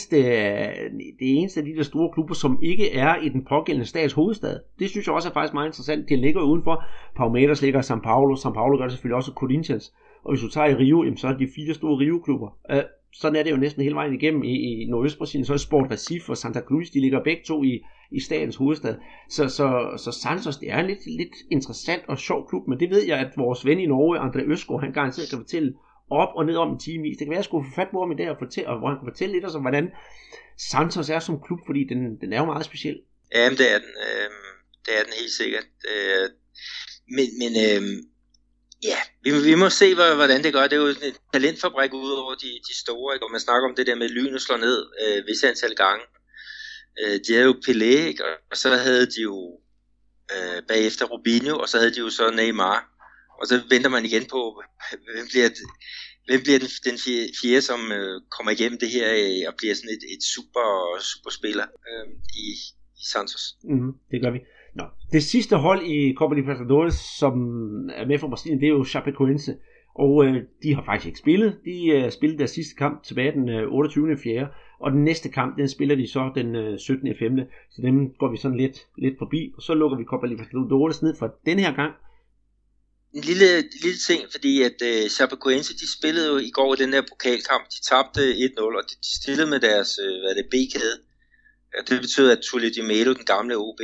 eneste af de der store klubber, som ikke er i den pågældende stats hovedstad. Det synes jeg også er faktisk meget interessant. De ligger udenfor. Palmeiras ligger i São Paulo. São Paulo gør det selvfølgelig også Corinthians. Og hvis du tager i Rio, så er de 4 store Rio-klubber. Sådan er det jo næsten hele vejen igennem i Nordøst-Brasilien. Så er Sport Recife og Santa Cruz, de ligger begge to i statens hovedstad. Så Santos, det er en lidt interessant og sjov klub, men det ved jeg, at vores ven i Norge, André Øsgaard, han garanteret kan fortælle op og ned om en timevis. Det kan være, at jeg skulle få fat på ham i det og hvor han kan fortælle lidt om, hvordan Santos er som klub, fordi den er jo meget speciel. Jamen, det er den. Det er den helt sikkert. Men ja, vi må se, hvordan det gør. Det er jo en talentfabrik ud over de store, ikke? Og man snakker om det der med lynet slår ned visse antal gange. De havde jo Pelé, ikke? Og så havde de jo bagefter Robinho, og så havde de jo så Neymar. Og så venter man igen på, hvem bliver den fjerde, som kommer igennem det her og bliver sådan et superspiller i Santos. Det gør vi. Nå, det sidste hold i Copa Libertadores, som er med fra Brasilien, det er jo Chapecoense. Og de har faktisk ikke spillet. De spillede deres sidste kamp tilbage den 28.4. Og den næste kamp, den spiller de så den 17.5. Så dem går vi sådan lidt forbi. Og så lukker vi Copa Libertadores ned for den her gang. En lille ting, fordi at Chapecoense, de spillede jo i går i den her pokalkamp. De tabte 1-0, og de stillede med deres B-kæde. Det betød, at Tulio de Melo, den gamle OB,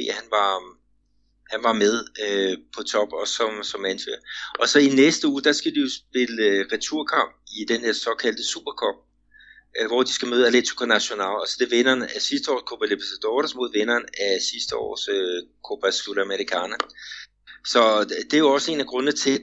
han var med på top, også som anfører. Og så i næste uge, der skal de jo spille returkamp i den her såkaldte Supercup, hvor de skal møde Atlético Nacional. Altså det er vinderen af sidste års Copa Libertadores mod vinderen af sidste års Copa Sudamericana. Så det er jo også en af grundene til, at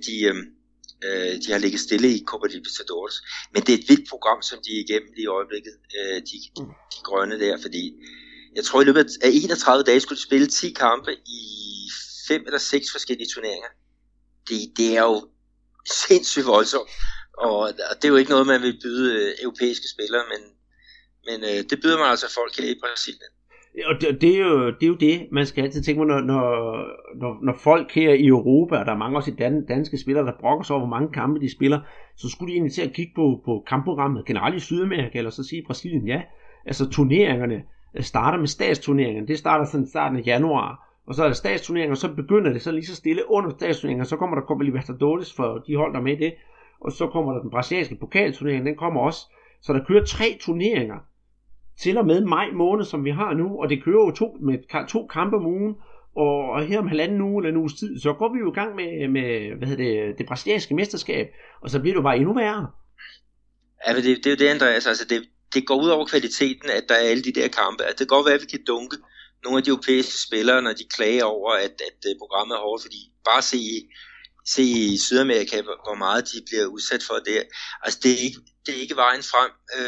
de har ligget stille i Copa Libertadores. Men det er et vildt program, som de er igennem lige i øjeblikket, de grønne der, fordi jeg tror i løbet af 31 dage skulle de spille 10 kampe i 5 eller 6 forskellige turneringer. Det er jo sindssygt voldsomt, og det er jo ikke noget, man vil byde europæiske spillere, men det byder man altså folk her i Brasilien. Og det er jo det, man skal altid tænke på, når folk her i Europa, og der er mange også danske spillere, der brokker sig over, hvor mange kampe de spiller, så skulle de egentlig til at kigge på kampprogrammet generelt i Sydamerika, eller så sige Brasilien, ja. Altså turneringerne starter med statsturneringerne, det starter sådan starten af januar, og så er der statsturneringer, og så begynder det så lige så stille under statsturneringer, så kommer der Copa Libertadores for de hold, der er med i det, og så kommer der den brasilianske pokalturnering, den kommer også, så der kører 3 turneringer, til og med maj måned, som vi har nu, og det kører jo 2 kampe om ugen, og her om 1,5 uge eller en uges tid, så går vi jo i gang med det brasilianske mesterskab, og så bliver det jo bare endnu værre. Ja, men det er jo det, Andreas, altså det går ud over kvaliteten, at der er alle de der kampe, at det kan godt være, at vi kan dunke nogle af de europæiske spillere, når de klager over, at programmet er hårdt, fordi bare se i Sydamerika, hvor meget de bliver udsat for det. Altså det er ikke vejen frem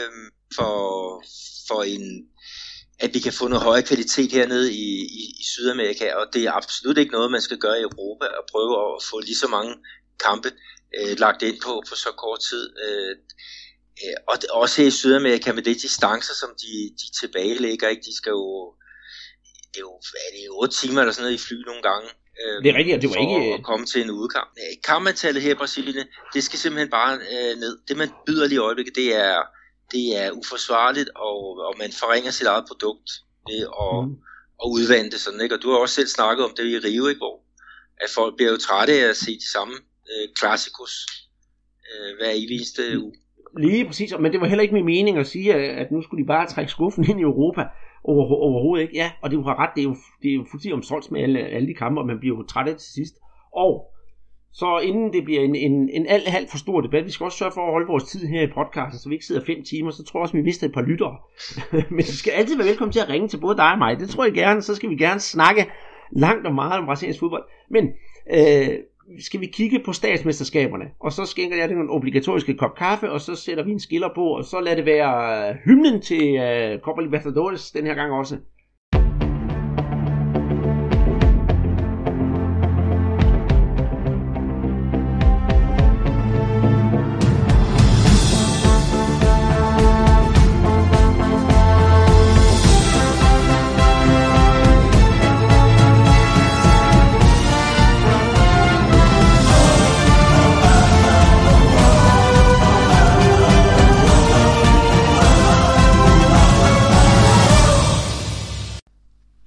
for at vi kan få noget højere kvalitet hernede i Sydamerika, og det er absolut ikke noget, man skal gøre i Europa, og prøve at få lige så mange kampe lagt ind på så kort tid. Og også her i Sydamerika med de distancer, som de tilbagelægger, ikke? De skal jo, det er jo 8 timer eller sådan noget i fly nogle gange. Det er rigtigt, det var ikke at komme til en udekamp. Kampantallet her i Brasilien, det skal simpelthen bare ned. Det man byder lige i øjeblikket, det er uforsvarligt, og man forringer sit eget produkt ved at udvande det sådan, ikke? Og du har også selv snakket om det i Rio i går, at folk bliver jo trætte af at se de samme klassikos hver eneste uge. Lige præcis, men det var heller ikke min mening at sige, at nu skulle de bare trække skuffen ind i Europa. Overhovedet ikke. Ja, og det var ret, det er jo fuldstændig omsolgt med alle de kampe, og man bliver jo træt af til sidst. Og så inden det bliver en alt for stor debat, vi skal også sørge for at holde vores tid her i podcasten, så vi ikke sidder 5 timer, så tror jeg også, vi mister et par lyttere. Men du skal altid være velkommen til at ringe til både dig og mig. Det tror jeg gerne, så skal vi gerne snakke langt og meget om brasiliansk fodbold. Men skal vi kigge på statsmesterskaberne, og så skænker jeg det en obligatoriske kop kaffe, og så sætter vi en skiller på, og så lader det være hymnen til Copa Libertadores den her gang også.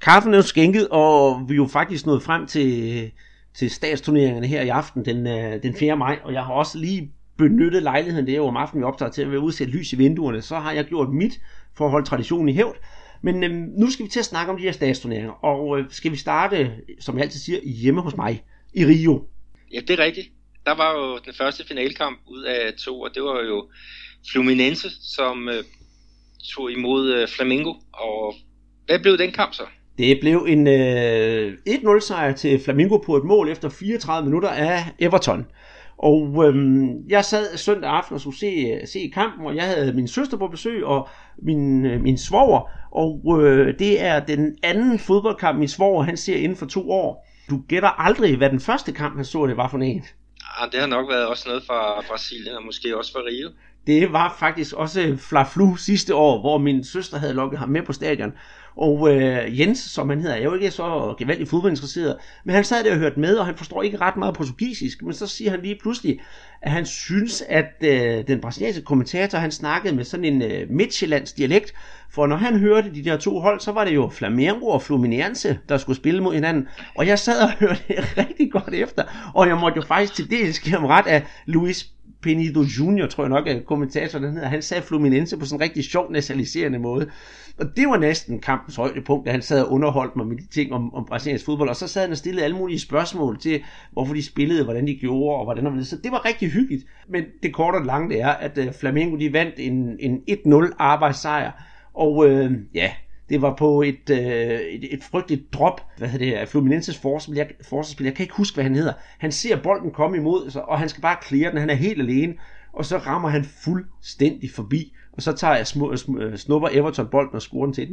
kaffen er jo skænket, og vi er jo faktisk nået frem til statsturneringerne her i aften den 4. maj, og jeg har også lige benyttet lejligheden, det er jo om aftenen, vi optager til at være ude og sætte lys i vinduerne, så har jeg gjort mit for at holde traditionen i hævd. Men nu skal vi til at snakke om de her statsturneringer, og skal vi starte, som jeg altid siger, hjemme hos mig i Rio. Ja, det er rigtigt. Der var jo den første finalekamp ud af 2, og det var jo Fluminense, som tog imod Flamengo. Og hvad blev den kamp så? Det blev en 1-0 sejr til Flamengo på et mål efter 34 minutter af Everton. Og jeg sad søndag aften og skulle se kampen, og jeg havde min søster på besøg og min svoger. Og det er den anden fodboldkamp, min svoger han ser inden for 2 år. Du gætter aldrig, hvad den første kamp, han så, det var for en. Det har nok været også noget fra Brasilien, og måske også fra Rio. Det var faktisk også Fla-Flu sidste år, hvor min søster havde lukket ham med på stadion. Og Jens, som han hedder, er jo ikke så gevaldigt fodboldinteresseret, men han sad der og hørte med, og han forstår ikke ret meget portugisisk, men så siger han lige pludselig, at han synes, at den brasilianske kommentator, han snakkede med sådan en midtjyllands dialekt, for når han hørte de der 2 hold, så var det jo Flamengo og Fluminense, der skulle spille mod hinanden, og jeg sad og hørte det rigtig godt efter, og jeg måtte jo faktisk til dels give ham ret af Luis Penido Junior, tror jeg nok, at kommentatoren den hedder, han sagde Fluminense på sådan en rigtig sjov nasaliserende måde. Og det var næsten kampens højdepunkt, da han sad og underholdt mig med de ting om brasiliansk fodbold, og så sad han og stillede alle mulige spørgsmål til, hvorfor de spillede, hvordan de gjorde, og hvordan det. Så det var rigtig hyggeligt. Men det korte og lange det er, at Flamengo de vandt en 1-0 arbejdssejr, og det var på et frygteligt drop, af Fluminenses forsvarsspiller. Jeg kan ikke huske, hvad han hedder. Han ser bolden komme imod sig, og han skal bare cleare den. Han er helt alene, og så rammer han fuldstændig forbi. Og så tager jeg snupper Everton bolden og scorer den til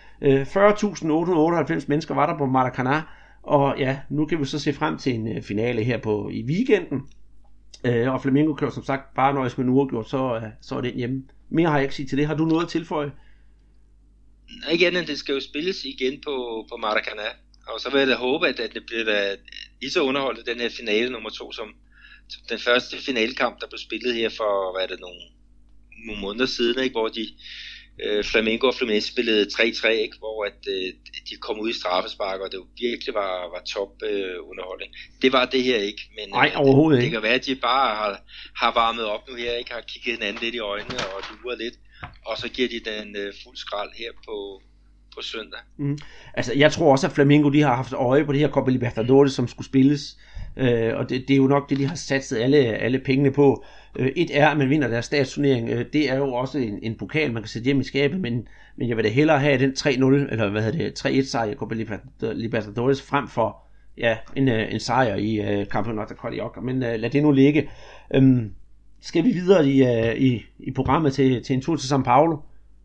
1-0. 40.898 mennesker var der på Maracanã, og ja, nu kan vi så se frem til en finale her i weekenden. Og Flamengo kan som sagt bare nøjes med en uafgjort, så er den hjemme. Mere har jeg ikke sige til det. Har du noget at tilføje? Ikke andet end det skal jo spilles igen på Maracanã, og så vil jeg da håbe, at det bliver lige så underholdt den her finale nummer 2, som den første finalekamp, der blev spillet her for, nogle måneder siden, ikke? Hvor Flamengo og Fluminense spillede 3-3, ikke? Hvor de kom ud i straffespark, og det virkelig var top underholdning. Det var det her ikke, men nej, overhovedet det kan være, at de bare har varmet op nu her, ikke? Har kigget hinanden lidt i øjnene og luret lidt, og så giver de den fuld skrald her på søndag. Altså, jeg tror også, at Flamengo de har haft øje på det her Copa Libertadores, som skulle spilles, og det er jo nok det, de har satset alle pengene på. Et er, at man vinder deres statsturnering. Det er jo også en pokal, man kan sætte hjem i skabet, men jeg vil da hellere have den 3-0, eller 3-1 sejr i Copa Libertadores, frem for en sejr i Campeonato Carioca. Men lad det nu ligge. Skal vi videre i programmet til en tur til São Paulo?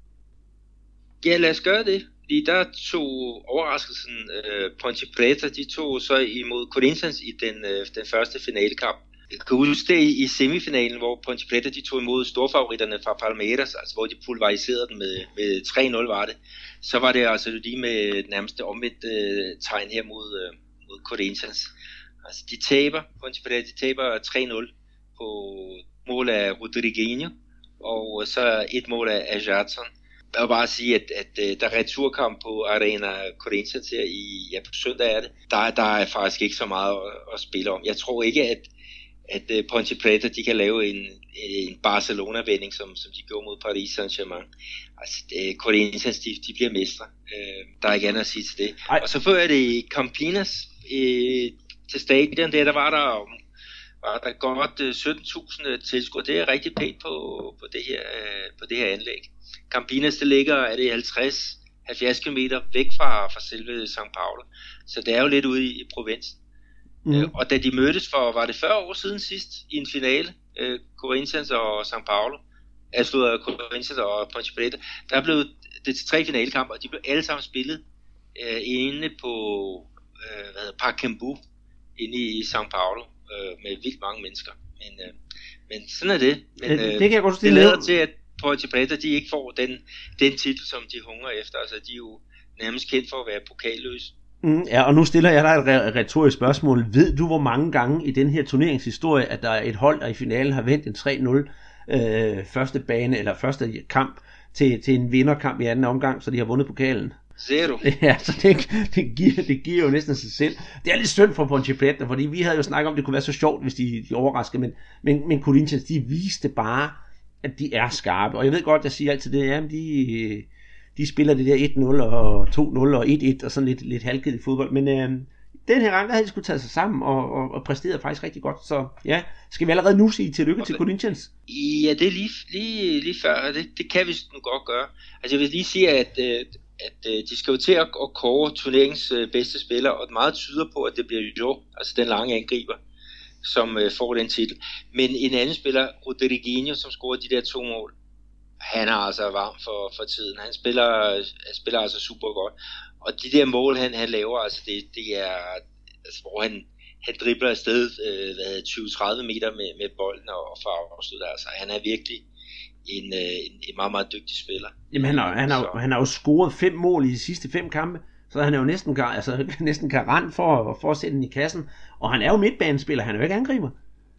Ja, lad os gøre det. Fordi der tog overraskelsen Ponte Preta, de tog så imod Corinthians i den første finalekamp. Jeg kan huske det i semifinalen, hvor Ponte Preta de tog imod storfavoritterne fra Palmeiras, altså hvor de pulveriserede den med 3-0 var det. Så var det altså lige med nærmest omvendt tegn her mod Corinthians. Altså de taber, Ponte Preta de taber 3-0 på mål af Rodriguinho, og så et mål af Jadson. Jeg vil bare sige, at der er returkamp på Arena Corinthians her på søndag er det. Der er faktisk ikke så meget at spille om. Jeg tror ikke, at Ponte Preta de kan lave en Barcelona-vending, som de gjorde mod Paris Saint-Germain. Altså, Corinthians de bliver mestre. Der er ikke andet at sige til det. Og så fører det Campinas til stadion. Der var der godt 17.000 tilskuere. Det er rigtig pænt på det her anlæg. Campinas, det ligger, er det 50-70 km væk fra selve São Paulo. Så det er jo lidt ude i provinsen. Og da de mødtes for, var det 40 år siden sidst i en finale, Corinthians og São Paulo, altså Corinthians og Ponte Preta, der blev det til 3 finalekampe, og de blev alle sammen spillet inde på Pacaembu, inde i São Paulo, med vildt mange mennesker. Men sådan er det. Men det kan jeg godt det lader til, at Ponte Preta de ikke får den titel, som de hungrer efter. Altså, de er jo nærmest kendt for at være pokalløse. Ja, og nu stiller jeg dig et retorisk spørgsmål. Ved du, hvor mange gange i den her turneringshistorie, at der er et hold, der i finalen har vendt en 3-0 første bane eller første kamp til en vinderkamp i anden omgang, så de har vundet pokalen? Zero. Ja, så det giver jo næsten sig selv. Det er lidt synd for Ponte Preta, fordi vi havde jo snakket om, det kunne være så sjovt, hvis de overraskede, men Corinthians, de viste bare, at de er skarpe. Og jeg ved godt, jeg siger altid det, jamen de spiller det der 1-0 og 2-0 og 1-1 og sådan lidt halvkedeligt fodbold, men den her gang, der havde de skulle tage sig sammen og præsterede faktisk rigtig godt, så ja, skal vi allerede nu sige tillykke til Corinthians? Ja, det er lige før, det kan vi nu godt gøre. Altså jeg vil lige sige, at de skal jo til at kåre turneringens bedste spiller, og meget tyder på, at det bliver Jo, altså den lange angriber, som får den titel. Men en anden spiller, Rodriguinho, som scorede de der 2 mål, han er altså varm for tiden. Han spiller altså super godt. Og de der mål, han laver, altså det er, altså, hvor han dribler afsted 20-30 meter med bolden og får afsluttet. Altså han er virkelig en meget, meget dygtig spiller. Jamen han har jo scoret 5 mål i de sidste 5 kampe, så han er jo næsten garant for at sætte den i kassen. Og han er jo midtbanespiller, han er jo ikke angriber.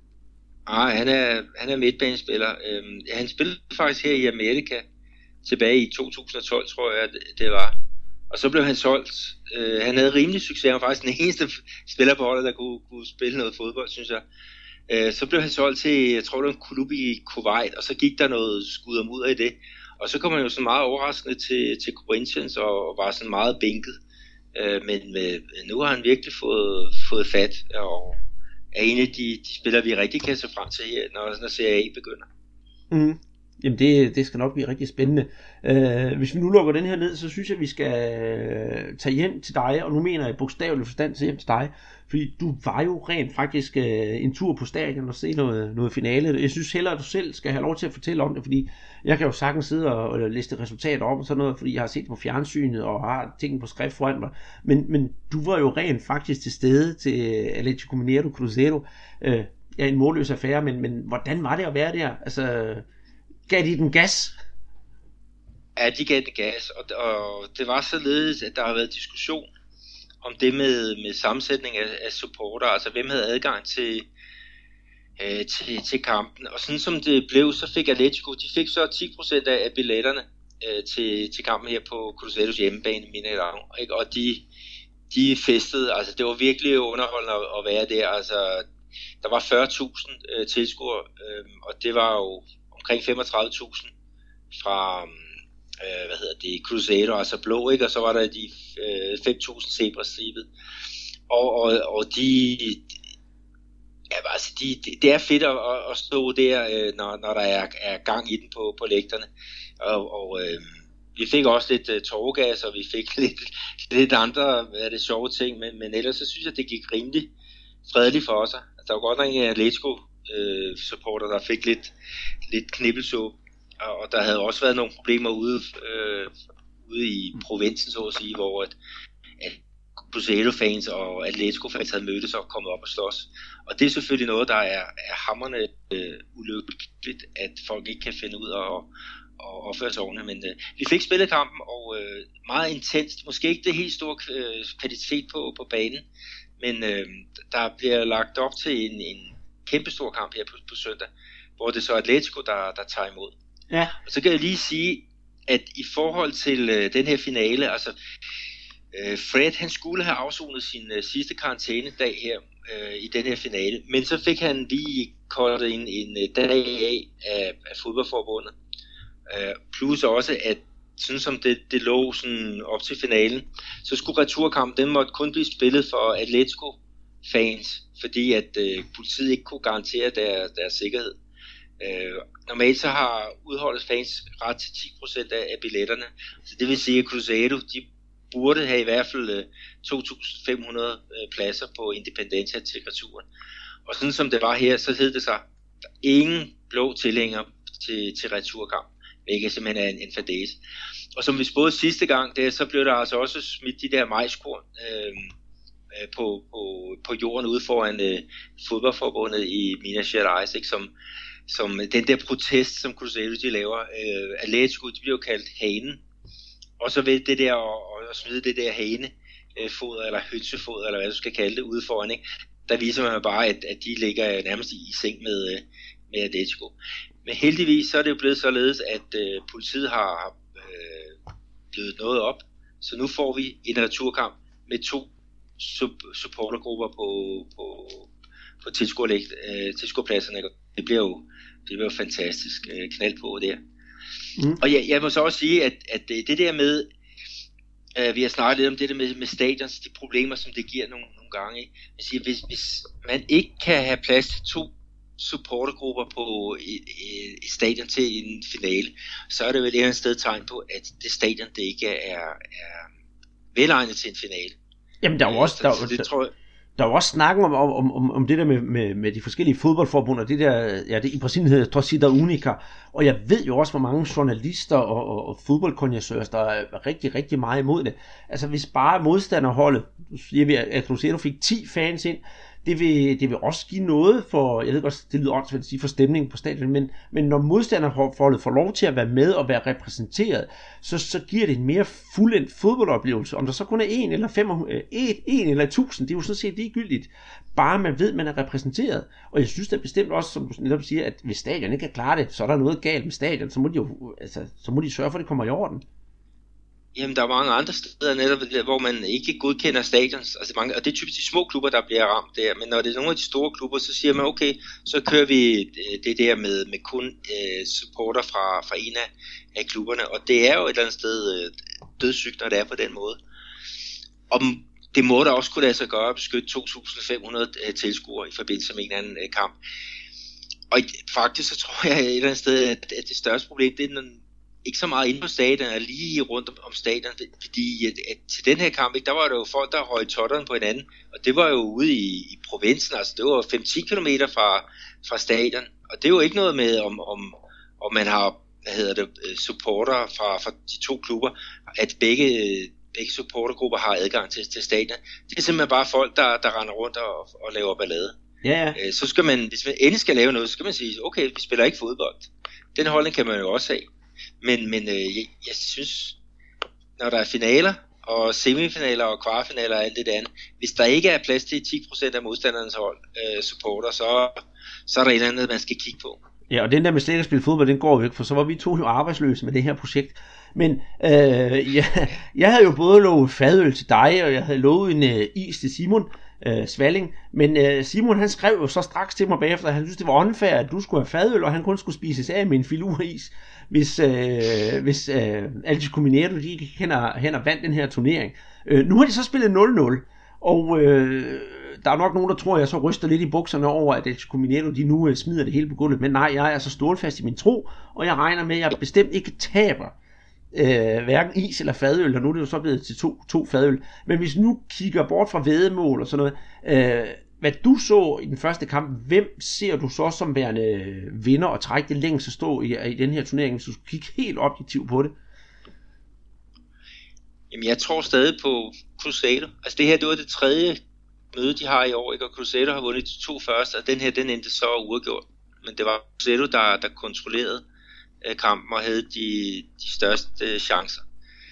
Nej, han er midtbanespiller. Han spillede faktisk her i Amerika tilbage i 2012, tror jeg det var. Og så blev han solgt. Han havde rimelig succes. Han var faktisk den eneste spiller på holdet, der kunne spille noget fodbold, synes jeg. Så blev han solgt til, jeg tror det var en klub i Kuwait, og så gik der noget skud og mudder i det. Og så kom han jo sådan meget overraskende til Corinthians og var sådan meget bænket. Men nu har han virkelig fået fat, og er en af de spillere, vi rigtig kan se frem til her, når Serie A begynder. Mm. Jamen det skal nok blive rigtig spændende. Hvis vi nu lukker den her ned, så synes jeg, vi skal tage hjem til dig, og nu mener jeg bogstaveligt forstand til hjem til dig, fordi du var jo rent faktisk en tur på stadion og se noget finale. Jeg synes hellere, at du selv skal have lov til at fortælle om det, fordi jeg kan jo sagtens sidde og liste resultater op og sådan noget, fordi jeg har set det på fjernsynet og har tingene på skrift foran mig. Men du var jo rent faktisk til stede til Atlético Mineiro Cruzeiro. En målløs affære, men hvordan var det at være der? Altså, gav de den gas? Ja, de gav den gas, og det var således, at der har været diskussion om det med sammensætning af supporter, altså hvem havde adgang til kampen. Og sådan som det blev, så fik Atlético, de fik så 10% af billetterne til kampen her på Cruzeiros hjemmebane i Mineirão, ikke? Og de festede, altså det var virkelig underholdende at være der, altså der var 40.000 tilskuere, og det var jo omkring 35.000 fra Cruzeiro, altså blå, ikke? Og så var der de 5.000 zebrastribet, og det er fedt at stå der, når der er gang i den på lægterne, og vi fik også lidt tåregas, og vi fik lidt andre sjove ting, men ellers så synes jeg, det gik rimelig fredeligt for os. Altså, der var godt nok en Atlético supporter, der fik lidt knibbelsåb, og der havde også været nogle problemer ude i provinsen, så at sige, hvor at Cruzeiro-fans og Atlético-fans havde mødtes og kommet op og slås. Og det er selvfølgelig noget, der er hamrende ulykkeligt, at folk ikke kan finde ud af at opføre sig ordentligt. Men vi fik spillet kampen, og meget intenst. Måske ikke det helt store kvalitet på banen, men der bliver lagt op til en kæmpestor kamp her på søndag, hvor det så er Atlético, der tager imod. Ja. Og så kan jeg lige sige, at i forhold til den her finale, altså Fred, han skulle have afsonet sin sidste karantænedag her i den her finale, men så fik han lige koldet en dag af fodboldforbundet. Plus også, at sådan som det lå sådan op til finalen, så skulle returkampen, den måtte kun blive spillet for Atlético-fans, fordi at politiet ikke kunne garantere deres sikkerhed. Normalt så har udholdets fans ret til 10% af billetterne, så det vil sige, at Cruzeiro, de burde have i hvert fald 2.500 pladser på Independencia til returen. Og sådan som det var her, så hed det sig, der ingen blå tilhængere til returkamp, hvilket simpelthen er en fadæse. Og som vi spåede sidste gang, så blev der altså også smidt de der majskorn på jorden ude foran fodboldforbundet i Minas Gerais, ikke? Som den der protest, som Cruzeiro de laver. Atlético, de bliver jo kaldt hanen. Og så ved det der at smide det der hanefoder, eller hønsefoder, eller hvad du skal kalde det, ude foran, ikke? Der viser man bare, at de ligger nærmest i seng med Atlético. Men heldigvis så er det jo blevet således, at politiet har blevet noget op, Så nu får vi en returkamp med 2 supportergrupper på tilskuerpladserne. Det bliver jo fantastisk knald på der. Og jeg må så også sige, at det der med, vi har snakket lidt om det der med stadions, de problemer, som det giver nogle gange. Jeg siger, hvis man ikke kan have plads til 2 supportergrupper på et stadion til en finale, så er det vel et eller andet sted tegn på, at det stadion det ikke er velegnet til en finale. Jamen der er jo også, der er jo også snakken om det der med de forskellige fodboldforbund, og det der, ja, det i Brasilien hedder Torcida Única, og jeg ved jo også, hvor mange journalister og fodboldkonnoisseurs, der er rigtig, rigtig meget imod det. Altså hvis bare modstanderholdet, siger vi, at Cruzeiro fik 10 fans ind, det vil også give noget for, jeg ved godt, det lyder åndssvagt at sige, for stemningen på stadion, men når modstanderholdet får lov til at være med og være repræsenteret, så giver det en mere fuldendt fodboldoplevelse. Om der så kun er 1 eller 1 eller 1000, det er jo sådan set ligegyldigt. Bare man ved, at man er repræsenteret. Og jeg synes da bestemt også, som du netop siger, at hvis stadion ikke kan klare det, så er der noget galt med stadion, så må de sørge for, at det kommer i orden. Jamen, der er mange andre steder netop, hvor man ikke godkender stadions, altså mange, og det er typisk de små klubber, der bliver ramt der, men når det er nogle af de store klubber, så siger man, okay, så kører vi det der med kun supporter fra en af klubberne, og det er jo et eller andet sted dødssygt, når det er på den måde. Og det må der også kunne lade sig gøre at beskytte 2.500 tilskuere i forbindelse med en anden kamp. Og faktisk så tror jeg et eller andet sted, at det største problem, det er ikke så meget inde på stadion, og lige rundt om stadion, fordi at til den her kamp, ikke, der var der jo folk, der røg totteren på hinanden, og det var jo ude i provinsen, altså det var 5-10 kilometer fra stadion, og det er jo ikke noget med, om man har, supporter fra de 2 klubber, at begge supportergrupper har adgang til stadion. Det er simpelthen bare folk, der render rundt og laver ballade. Ja. Så skal man, hvis man endelig skal lave noget, så skal man sige, okay, vi spiller ikke fodbold. Den holdning kan man jo også have. Men jeg synes, når der er finaler og semifinaler og kvartfinaler og alt det andet, hvis der ikke er plads til 10% af modstandernes hold supporter, så er der et eller andet, man skal kigge på. Ja, og den der med slet at spille fodbold, den går jo ikke, for så var vi 2 jo arbejdsløse med det her projekt. Men jeg havde jo både lovet fadøl til dig, og jeg havde lovet en is til Simon Svalling, men Simon han skrev jo så straks til mig bagefter, at han synes det var unfair, at du skulle have fadøl, og han kun skulle spises af med en filuris, hvis Atlético Mineiro de ikke hen og vandt den her turnering. Nu har de så spillet 0-0, og der er nok nogen, der tror, at jeg så ryster lidt i bukserne over, at Atlético Mineiro de nu smider det hele på gulvet, men nej, jeg er så stålfast i min tro, og jeg regner med, at jeg bestemt ikke taber hverken is eller fadøl, og nu er det jo så blevet til to fadøl. Men hvis nu kigger bort fra væddemål og sådan noget, hvad du så i den første kamp, hvem ser du så som værende vinder og trække det længst at stå i den her turnering, hvis du kigger helt objektivt på det? Jamen jeg tror stadig på Cruzeiro. Altså det her, det var det 3. møde, de har i år, ikke? Og Cruzeiro har vundet de 2 første, og den her, den endte så uafgjort. Men det var Cruzeiro, der kontrollerede kampen og havde de største chancer.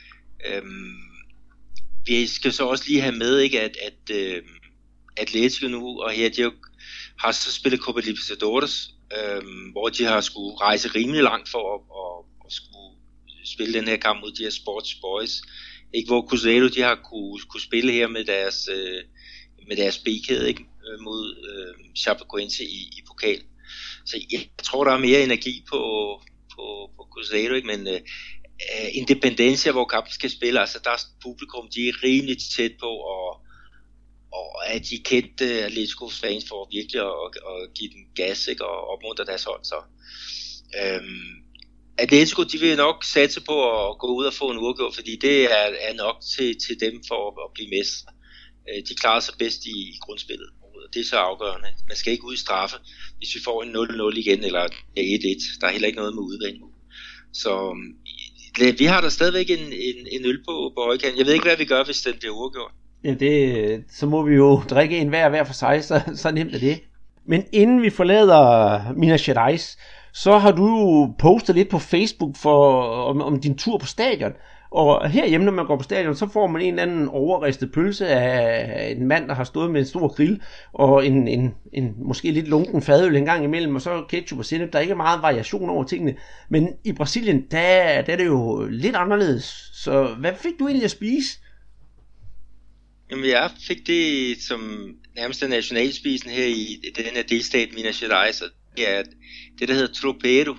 Vi skal så også lige have med, ikke, at Atlético nu, og her de har så spillet Copa Libertadores, hvor de har skulle rejse rimelig langt for at skulle spille den her kamp mod de her Sports Boys, ikke, hvor Cruzeiro de har kunne spille her med deres B-kæde, ikke, mod Chapecoense i pokal. Så jeg tror der er mere energi på Cruzeiro, ikke, men Independencia, hvor kampen skal spille, altså der er publikum, de er rimelig tæt på, og at de kendte Atléticos fans for virkelig at give dem gas, ikke, og opmuntre deres hold. Så Atlético, de vil nok satse på at gå ud og få en uafgjort, fordi det er nok til dem for at blive mestre. De klarer sig bedst i grundspillet, og det er så afgørende. Man skal ikke ud i straffe, hvis vi får en 0-0 igen, eller 1-1. Der er heller ikke noget med udvinding. Så vi har der stadigvæk en øl på højkant. Jeg ved ikke, hvad vi gør, hvis den bliver uafgjort. Ja, så må vi jo drikke en hver for sig, så nemt er det. Men inden vi forlader Minas Gerais, så har du jo postet lidt på Facebook om din tur på stadion. Og herhjemme, når man går på stadion, så får man en eller anden overristet pølse af en mand, der har stået med en stor grill, og en måske lidt lunken fadøl en gang imellem, og så ketchup og sennep. Der er ikke meget variation over tingene. Men i Brasilien, der er det jo lidt anderledes. Så hvad fik du egentlig at spise? Jamen, jeg fik det som nærmest nationalspisen her i den her delstat, Minas Gerais, og det er det, der hedder tropeiro.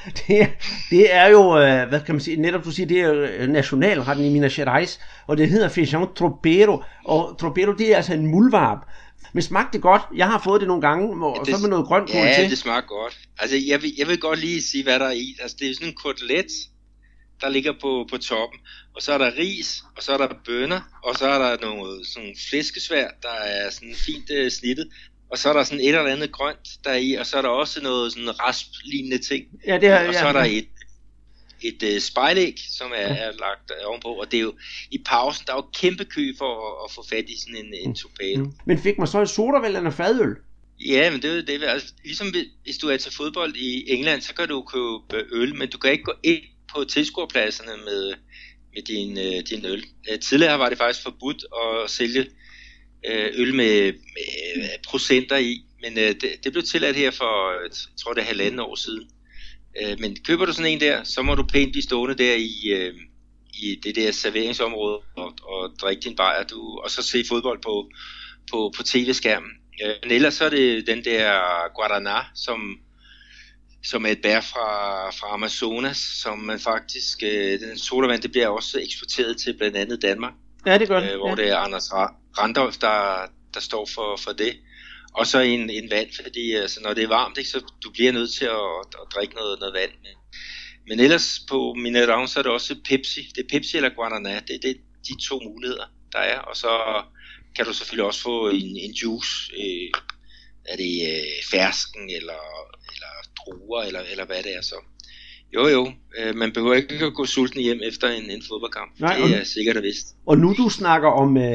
Det er jo, hvad kan man sige, netop du siger, det er nationalretten i Minas Gerais, og det hedder feijão tropeiro, og tropeiro, det er altså en muldvarp. Men smagte det godt? Jeg har fået det nogle gange, og så med noget grønt til. Ja, det smager godt. Altså, jeg vil godt lige sige, hvad der er i. Altså, det er sådan en kotelet, der ligger på toppen, og så er der ris, og så er der bønner, og så er der noget sådan flæskesvær, der er sådan fint snittet, og så er der sådan et eller andet grønt der er i, og så er der også noget sådan rasp-lignende ting. Ja, det er, og så er der et spejlæg, som er lagt ovenpå, og det er jo i pausen, der er jo kæmpe kø for at få fat i sådan en tropeiro. Men fik man så et sodavand eller fadøl? Ja, men det er altså, ligesom hvis du er til fodbold i England, så kan du købe øl, men du kan ikke gå ind på tilskuerpladserne med din øl. Tidligere var det faktisk forbudt at sælge øl med procenter i, men det blev tilladt her for, jeg tror det er 1,5 år siden. Men køber du sådan en der, så må du pænt blive stående der i det der serveringsområde og drikke din bajer, og så se fodbold på tv-skærmen. Men ellers så er det den der Guaraná, som er et bær fra Amazonas, som man faktisk, den sodavand, det bliver også eksporteret til blandt andet Danmark. Ja, det gør det. Hvor det er Anders Randolph, der står for det. Og så en vand, fordi altså, når det er varmt, ikke, så du bliver nødt til at drikke noget vand. Men ellers på Mineirão, så er det også Pepsi. Det er Pepsi eller Guaraná, det er de to muligheder, der er. Og så kan du selvfølgelig også få en juice. Er det fersken eller druer, eller hvad det er så. Jo, man behøver ikke at gå sulten hjem efter en fodboldkamp. Nej, det er sikkert og vist. Og nu du snakker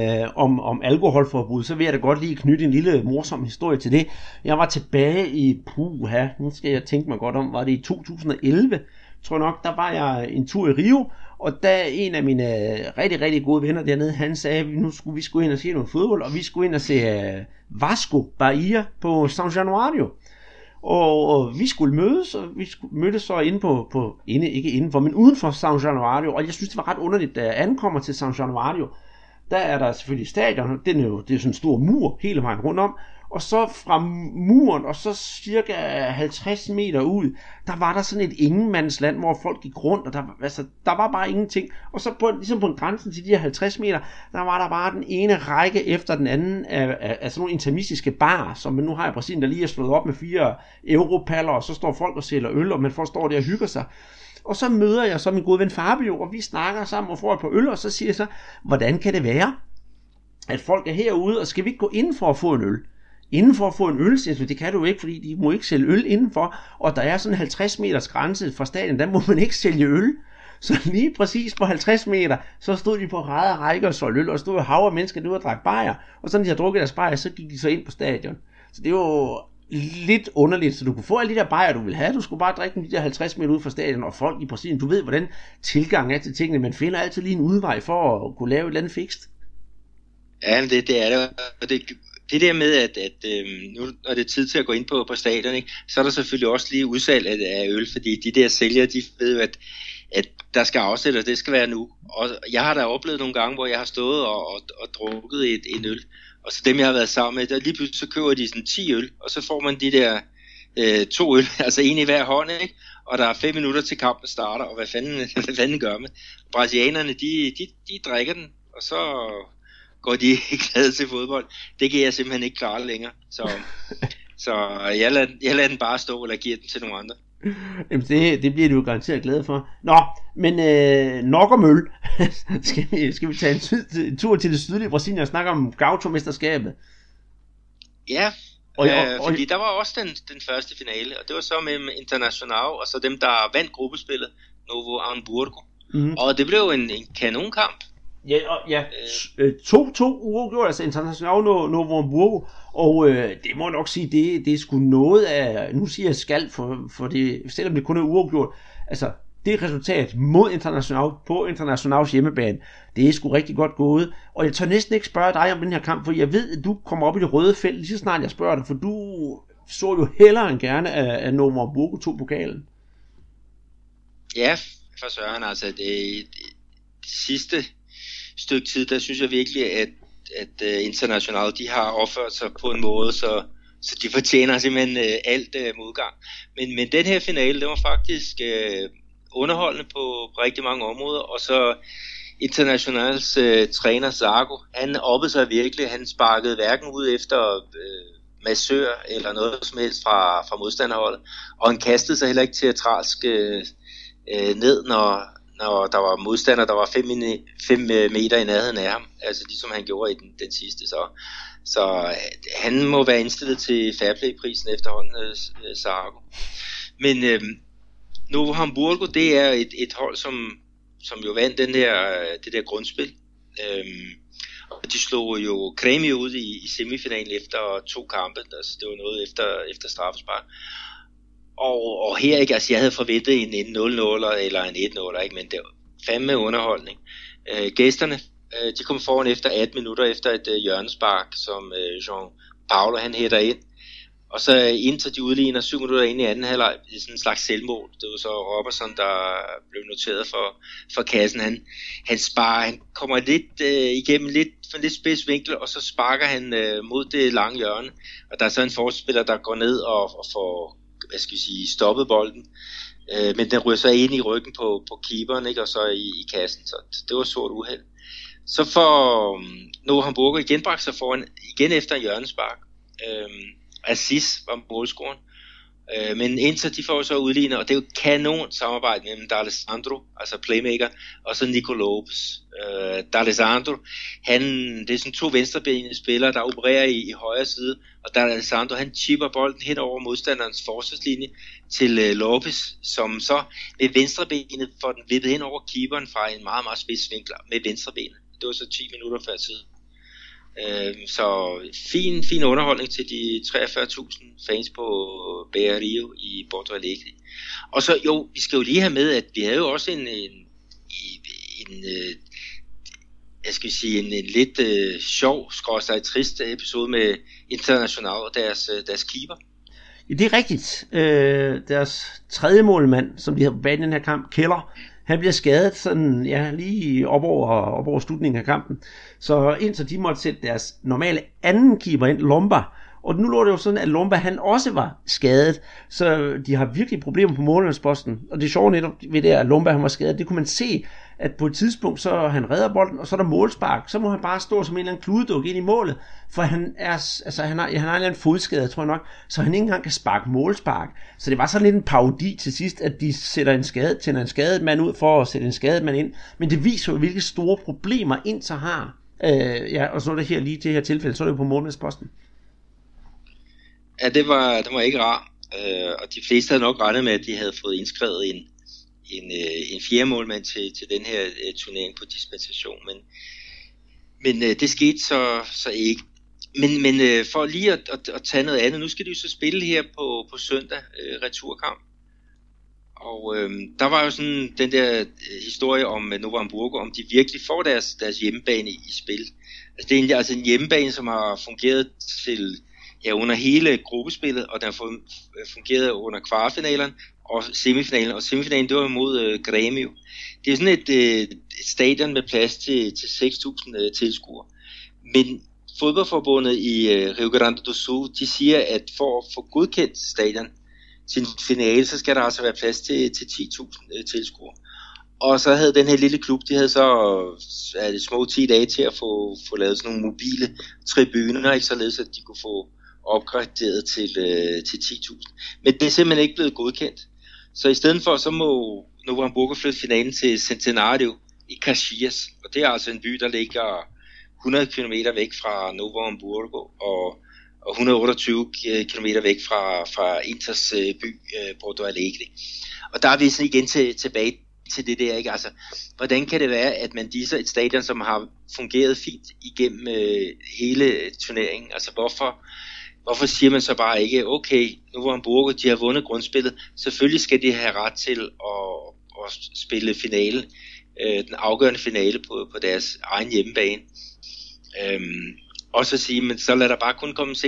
om alkoholforbud, så vil jeg da godt lige knytte en lille morsom historie til det. Jeg var tilbage i nu skal jeg tænke mig godt om, var det i 2011, tror jeg nok, der var jeg en tur i Rio, og da en af mine rigtig, rigtig gode venner dernede, han sagde, at nu skulle vi ind og se noget fodbold, og vi skulle ind og se Vasco Bahia på São Januário. Og vi skulle mødes, og vi mødtes så ikke indenfor, men uden for São Januário, og jeg synes, det var ret underligt, da jeg ankommer til São Januário, der er der selvfølgelig stadion, det er sådan en stor mur hele vejen rundt om, og så fra muren, og så cirka 50 meter ud, der var der sådan et ingenmandsland, hvor folk gik rundt, og der var bare ingenting. Og så ligesom på grænsen til de her 50 meter, der var der bare den ene række efter den anden af sådan nogle intermistiske barer, som man nu har i Brasilien, der lige er slået op med 4 europaller, og så står folk og sælger øl, og man står der og hygger sig. Og så møder jeg så min gode ven Fabio, og vi snakker sammen og får et par øl, og så siger jeg så, hvordan kan det være, at folk er herude, og skal vi ikke gå ind for at få en øl? Inden for at få en øl, så det kan du ikke, fordi de må ikke sælge øl indenfor, og der er sådan en 50 meters grænse fra stadion, der må man ikke sælge øl. Så lige præcis på 50 meter, så stod de på ræde og række og solgte øl, og stod hav af mennesker, der var og drak bajer, og så når de havde drukket deres bajer, så gik de så ind på stadion. Så det var lidt underligt, så du kunne få alle de der bajer, du ville have, du skulle bare drikke de der 50 meter ud fra stadion, og folk i Brasilien, du ved, hvordan tilgangen er til tingene, man finder altid lige en udvej for at kunne lave et eller andet fikst. Ja, det er det, og det der med, at nu når det er tid til at gå ind på stadion, ikke, så er der selvfølgelig også lige udsalg af øl, fordi de der sælgere, de ved jo, at der skal afsættes, det skal være nu. Og jeg har da oplevet nogle gange, hvor jeg har stået og drukket en øl, og så dem, jeg har været sammen med, der lige pludselig så køber de sådan 10 øl, og så får man de der 2 øl, altså en i hver hånd, ikke? Og der er 5 minutter til kampen starter, og hvad fanden gør man? Brasilianerne, de drikker den, og så går de ikke glade til fodbold. Det kan jeg simpelthen ikke klare længere. Så jeg lader den bare stå, eller giver den til nogle andre. Jamen det bliver du jo garanteret glad for. Nå, men nok om øl. skal vi tage en tur til det sydlige Brasilien og snakke om Gaucho-mesterskabet? Ja, fordi der var også den første finale, og det var så med Internacional, og så dem, der vandt gruppespillet, Novo Hamburgo. Mm-hmm. Og det blev en kanonkamp. Ja. 2-2 uafgjort, altså Internacional Novo Hamburgo, og det må jeg nok sige, det er sgu noget af, nu siger jeg skal, for det, selvom det kun er uafgjort, altså det resultat mod International på Internationals hjemmebane, det er sgu rigtig godt gået. Og jeg tør næsten ikke spørge dig om den her kamp, for jeg ved, at du kommer op i det røde felt lige så snart jeg spørger dig, for du så jo hellere end gerne, at Novo Hamburgo tog pokalen. Ja, for søren, altså det sidste stykke tid, der synes jeg virkelig, at International, de har opført sig på en måde, så de fortjener simpelthen alt modgang. Men den her finale, det var faktisk underholdende på rigtig mange områder, og så Internationals træner Zago, han oppede sig virkelig, han sparkede hverken ud efter massør eller noget som helst fra modstanderholdet, og han kastede sig heller ikke teatralsk ned, når der var modstander, der var 5 meter i nærheden af ham, altså ligesom han gjorde i den sidste. Så han må være indstillet til Fairplay-prisen efterhånden, Zago. Men Novo Hamburgo, det er et hold, som jo vandt det der grundspil. Og de slog jo Grêmio ud i semifinalen efter 2 kampe, altså det var noget efter straffespark. Og her ikke, altså jeg havde forventet en 0-0 eller en 1-0, ikke, men det var fandme underholdning. Gæsterne, de kom foran efter 18 minutter efter et hjørnespark, som Jean Paulo han hætter ind. Og så indtil de udligner 7 minutter ind i anden halvleg, det er sådan en slags selvmål. Det var så Robertson, der blev noteret for kassen. Han kommer lidt igennem for en lidt spids vinkel, og så sparker han mod det lange hjørne. Og der er så en forspiller, der går ned og får, stoppet bolden. Men den ryger så ind i ryggen på keeperen, ikke? Og så i kassen. Så det var stort uheld. Så får Novo Hamburgo igen bragt sig foran, igen efter en hjørnespark. Assis var målscoren. Men Inter, de får så udligner, og det er jo kanon samarbejde mellem D'Alessandro, altså playmaker, og så Nico Lopez. D'Alessandro, det er sådan 2 venstrebenede spillere, der opererer i højre side, og D'Alessandro, han chipper bolden hen over modstanderens forsvarslinje til Lopez, som så med venstrebenet får den vippet hen over keeperen fra en meget, meget spids vinkel med venstrebenet. Det var så 10 minutter før tid. Så fin underholdning til de 43.000 fans på Beira-Rio i Porto Alegre. Og så jo, vi skal jo lige have med, at vi havde jo også en lidt sjov, trist episode med International og deres keeper. Ja, det er rigtigt. Deres tredje målmand, som de har bag den her kamp, Keller, han bliver skadet sådan, ja, lige op over slutningen af kampen. Så indtil de måtte sætte deres normale anden keeper ind, Lomba. Og nu lå det jo sådan, at Lomba han også var skadet. Så de har virkelig problemer på målmandsposten. Og det sjove netop ved det, at Lomba han var skadet, det kunne man se, at på et tidspunkt, så han redder bolden, og så er der målspark. Så må han bare stå som en eller anden kludeduk ind i målet. For han har en eller anden fodskade, tror jeg nok, så han ikke engang kan sparke målspark. Så det var sådan lidt en parodi til sidst, at de tænder en skadet mand ud for at sætte en skadet mand ind. Men det viser jo, hvilke store problemer Inter har. Og så er det her lige til det her tilfælde, så er det jo på målmandsposten. Ja, det var ikke rart. Og de fleste havde nok regnet med, at de havde fået indskrevet en fjerde målmand til den her turnering på dispensation, men det skete så ikke. Men for lige at tage noget andet, nu skal de jo så spille her på søndag, returkamp. Og der var jo sådan den der historie om Novo Hamburgo, om de virkelig får deres hjemmebane i spil. Altså det er en hjemmebane, som har fungeret under hele gruppespillet, og den har fungeret under kvartfinalerne og semifinalen. Og semifinalen, det var mod Grêmio. Det er sådan et stadion med plads til 6.000 tilskuere. Men fodboldforbundet i Rio Grande do Sul, de siger, at for at få godkendt stadion til en finale, så skal der altså være plads til 10.000 tilskuere. Og så havde den her lille klub, de havde så små 10 dage til at få lavet sådan nogle mobile tribuner, ikke, således at de kunne få opgraderet til 10.000. Men det er simpelthen ikke blevet godkendt. Så i stedet for, så må Novo Hamburgo flytte finalen til Centenario i Caxias. Og det er altså en by, der ligger 100 km væk fra Novo Hamburgo og 128 km væk fra Inters by Porto Alegre. Og der er vi sådan igen tilbage til det der, ikke? Altså, hvordan kan det være, at man disser et stadion, som har fungeret fint igennem hele turneringen? Altså, hvorfor siger man så bare ikke, okay, Novo Hamburgo, de har vundet grundspillet, selvfølgelig skal de have ret til at spille finale, den afgørende finale på deres egen hjemmebane. Og så sige, men så lader der bare kun komme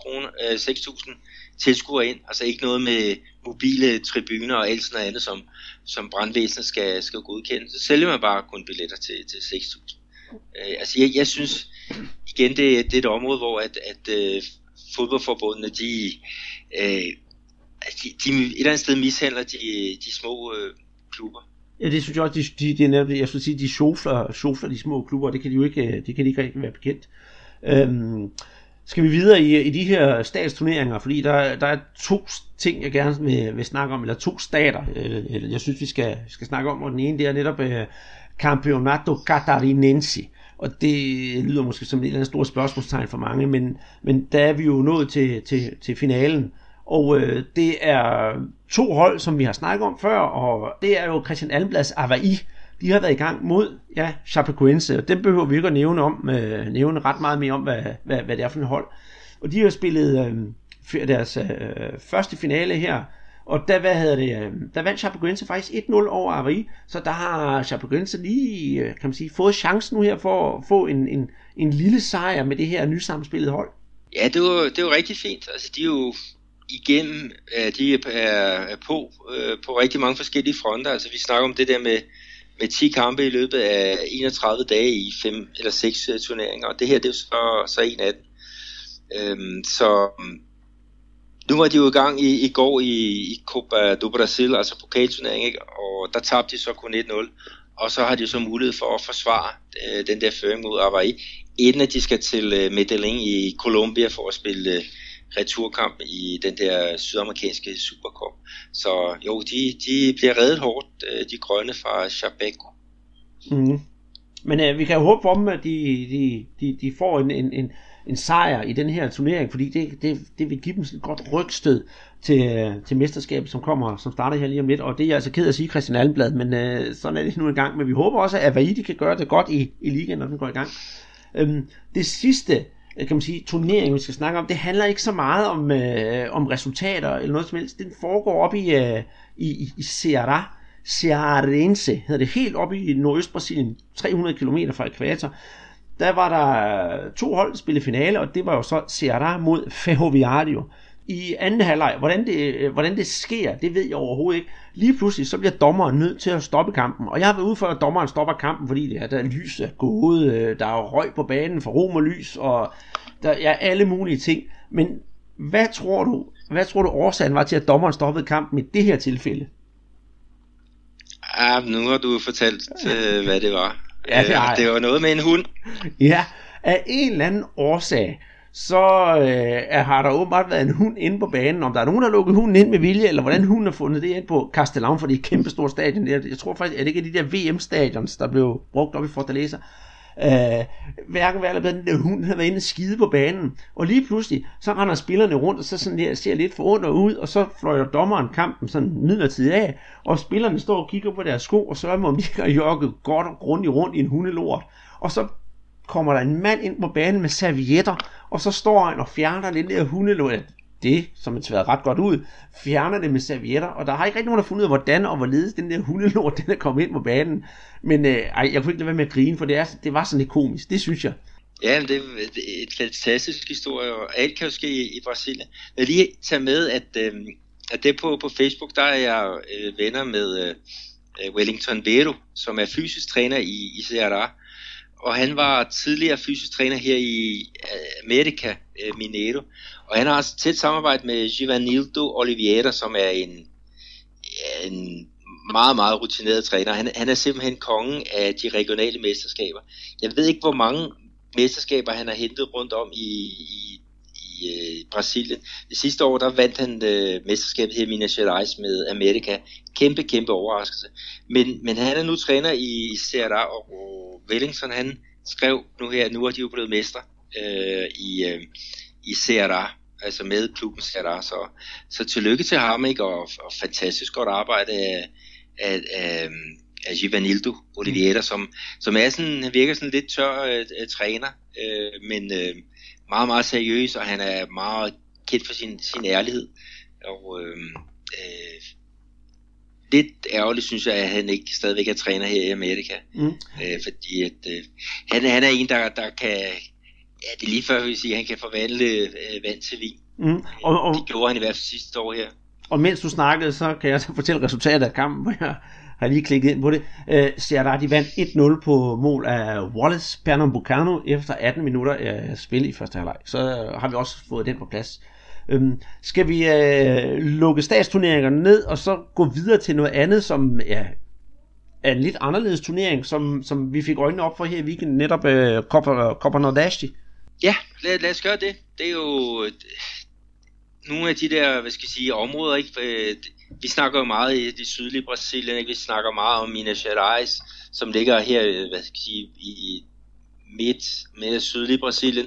6.000 tilskuere ind, altså ikke noget med mobile tribuner og alt sådan noget andet, som brandvæsenet skal godkende. Så sælger man bare kun billetter til 6.000. Altså jeg synes igen, det er et område, hvor at fodboldforbundene, de et eller andet sted mishandler de små klubber. Ja, det synes jeg også, de netop, jeg skulle sige, de sjofler de små klubber, det kan de jo ikke, det kan de ikke rigtig være bekendt. Skal vi videre i de her statsturneringer, fordi der er 2 ting, jeg gerne vil snakke om, eller 2 stater, jeg synes, vi skal snakke om, og den ene, det er netop Campeonato Catarinense, og det lyder måske som et eller andet stort spørgsmålstegn for mange, men der er vi jo nået til finalen, og det er 2 hold, som vi har snakket om før, og det er jo Christian Almblads Avaí. De har været i gang mod Chapecoense, og dem behøver vi ikke at nævne ret meget mere om, hvad det er for et hold. Og de har spillet deres første finale her, og der vandt Chapecoense faktisk 1-0 over Avaí, så der har Chapecoense lige, kan man sige, fået chancen nu her for at få en lille sejr med det her nysammenspillede hold. Ja, det er jo rigtig fint. Altså, de er jo igennem, de er på rigtig mange forskellige fronter. Altså, vi snakker om det der med 10 kampe i løbet af 31 dage i 5 eller 6 turneringer, og det her, det er så en af dem. Så nu var de jo i gang i går i Copa do Brasil, altså pokalturnering, ikke? Og der tabte de så kun 1-0, og så har de så mulighed for at forsvare den der føring mod Avaí, inden at de skal til Medellin i Colombia for at spille returkamp i den der sydamerikanske Supercup. Så jo, de bliver reddet hårdt, de grønne fra Chapeco. Mm. Men vi kan jo håbe om, at de får en sejr i den her turnering, fordi det vil give dem sådan et godt rygstød til mesterskabet, som starter her lige om lidt, og det er jeg altså ked at sige, Christian Almblad, men sådan er det nu en gang, men vi håber også, at Avaí kan gøre det godt i ligaen, når den går i gang. Det sidste, kan man sige, turnering, vi skal snakke om, det handler ikke så meget om resultater eller noget som helst. Den foregår op i Cearense, hedder det, helt op i Nordøst-Brasilien, 300 km fra ækvator. Der var der 2 hold, der spillede finale, og det var jo så Ceará mod Ferroviário. I anden halvleg, hvordan det sker, det ved jeg overhovedet ikke. Lige pludselig, så bliver dommeren nødt til at stoppe kampen. Og jeg har været ude for, at dommeren stopper kampen, fordi der er lys er gået, der er røg på banen for romerlys, og der er alle mulige ting. Men hvad tror du årsagen var til, at dommeren stoppede kampen i det her tilfælde? Nu har du fortalt, hvad det var. Ja, det var noget med en hund. Ja, af en eller anden årsag, så har der åbenbart været en hund inde på banen. Om der er nogen, der har lukket hunden ind med vilje, eller hvordan hunden har fundet det ind på Castelão, for det er et kæmpestort stadion. Jeg tror faktisk, at det ikke er de der VM-stadions, der blev brugt op i Fortaleza. Hverken hvad den der hund havde været inde og skide på banen, og lige pludselig så render spillerne rundt, og så sådan der, ser lidt forundret ud, og så fløjer dommeren kampen sådan midlertidigt af, og spillerne står og kigger på deres sko og sørger om de ikke har jogget godt og grundigt rundt i en hundelort, og så kommer der en mand ind på banen med servietter, og så står han og fjerner den der hundelort, det, som er tværet ret godt ud, fjerner det med servietter, og der har ikke rigtig nogen, der fundet ud af, hvordan og hvorledes den der hundelort, den er kommet ind på banen. Men jeg kunne ikke lade være med at grine, for det var sådan lidt komisk, det synes jeg. Ja, det er et fantastisk historie, og alt kan jo ske i Brasilien. Jeg vil lige tage med, at det på Facebook, der er jeg venner med Wellington Beiro, som er fysisk træner i Ceará, og han var tidligere fysisk træner her i América Mineiro, og han har altså tæt samarbejde med Givanildo Oliveira, som er en meget, meget rutineret træner. Han er simpelthen kongen af de regionale mesterskaber. Jeg ved ikke, hvor mange mesterskaber han har hentet rundt om i Brasilien. Det sidste år, der vandt han mesterskabet her i Minas Gerais med América. Kæmpe overraskelse. Men han er nu træner i Ceará, og Wellington, han skrev nu her, nu er de jo blevet mestre i Ceará, altså med klubben Ceará. Så tillykke til ham, ikke? Og fantastisk godt arbejde af Givanildo Oliveira, som er sådan, han virker sådan lidt tør træner, men meget, meget seriøs, og han er meget kendt for sin ærlighed. Og lidt ærgerligt, synes jeg, at han ikke stadigvæk er træner her i Amerika. Fordi at, han er en, der kan, det er lige før, vi siger, han kan forvandle vand til vin. Det gjorde han i hvert fald sidste år her. Og mens du snakkede, så kan jeg så fortælle resultatet af kampen, hvor jeg har lige klikket ind på det. Ceará, de vandt 1-0 på mål af Wallace Pernambucano efter 18 minutter af spil i første halvleg. Så har vi også fået den på plads. Skal vi lukke statsturneringerne ned, og så gå videre til noget andet, som er en lidt anderledes turnering, som vi fik øjnene op for her i weekenden, netop Copa Nordeste? Ja, lad os gøre det. Det er jo nogle af de der, hvad skal jeg sige, områder, ikke? Vi snakker jo meget i det sydlige Brasilien, ikke? Vi snakker meget om Minas Gerais, som ligger her, hvad skal jeg sige, i midt sydlige Brasilien.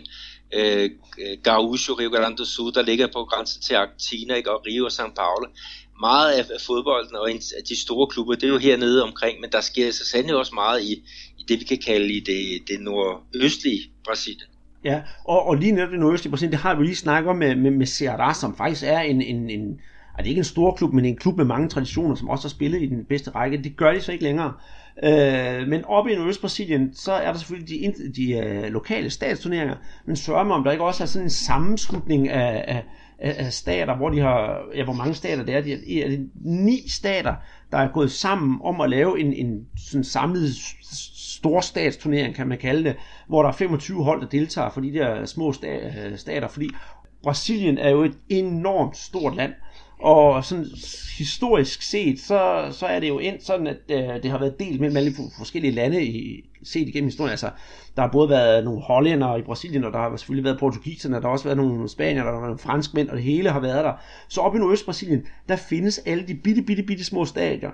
Gaúcho, Rio Grande do Sul, der ligger på grænsen til Argentina, ikke? Og Rio og São Paulo. Meget af fodbolden og de store klubber, det er jo hernede omkring, men der sker så sandelig også meget i det, vi kan kalde i det nordøstlige Brasilien. Ja, og lige netop det nordøstlige Brasilien, det har vi lige snakket om med Ceará, som faktisk er det er ikke en stor klub, men en klub med mange traditioner, som også har spillet i den bedste række. Det gør de så ikke længere. Men oppe i Nordøst-Brasilien, så er der selvfølgelig de lokale statsturneringer, men sørger mig, om der ikke også er sådan en sammenslutning af stater, hvor de har, hvor mange stater det er. Er det 9 stater, der er gået sammen om at lave en sådan samlet storstatsturnering, kan man kalde det, hvor der er 25 hold, der deltager for de der små stater, fordi Brasilien er jo et enormt stort land, og sådan historisk set, så er det jo endt sådan, at det har været delt mellem alle forskellige lande set igennem historien. Altså, der har både været nogle hollændere i Brasilien, og der har selvfølgelig været portugiserne, der har også været nogle spanier, der har været nogle franskmænd, og det hele har været der. Så oppe i Nordøst-Brasilien, der findes alle de bitte små stater,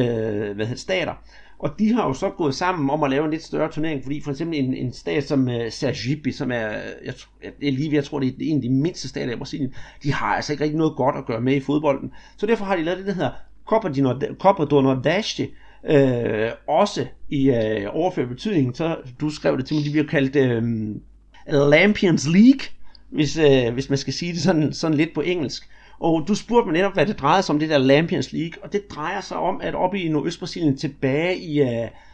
og de har jo så gået sammen om at lave en lidt større turnering, fordi for eksempel en stat som Sergipe, som er, jeg tror det er en af de mindste stater i Brasilien, de har altså ikke rigtig noget godt at gøre med i fodbolden. Så derfor har de lavet det, der hedder Copa do Nordeste, også i overført betydning. Så du skrev det til mig, de bliver kaldt Lampions League, hvis man skal sige det sådan lidt på engelsk. Og du spurgte mig netop, hvad det drejer sig om, det der Lampions League, og det drejer sig om, at oppe i Nordøst-Brasilien tilbage i,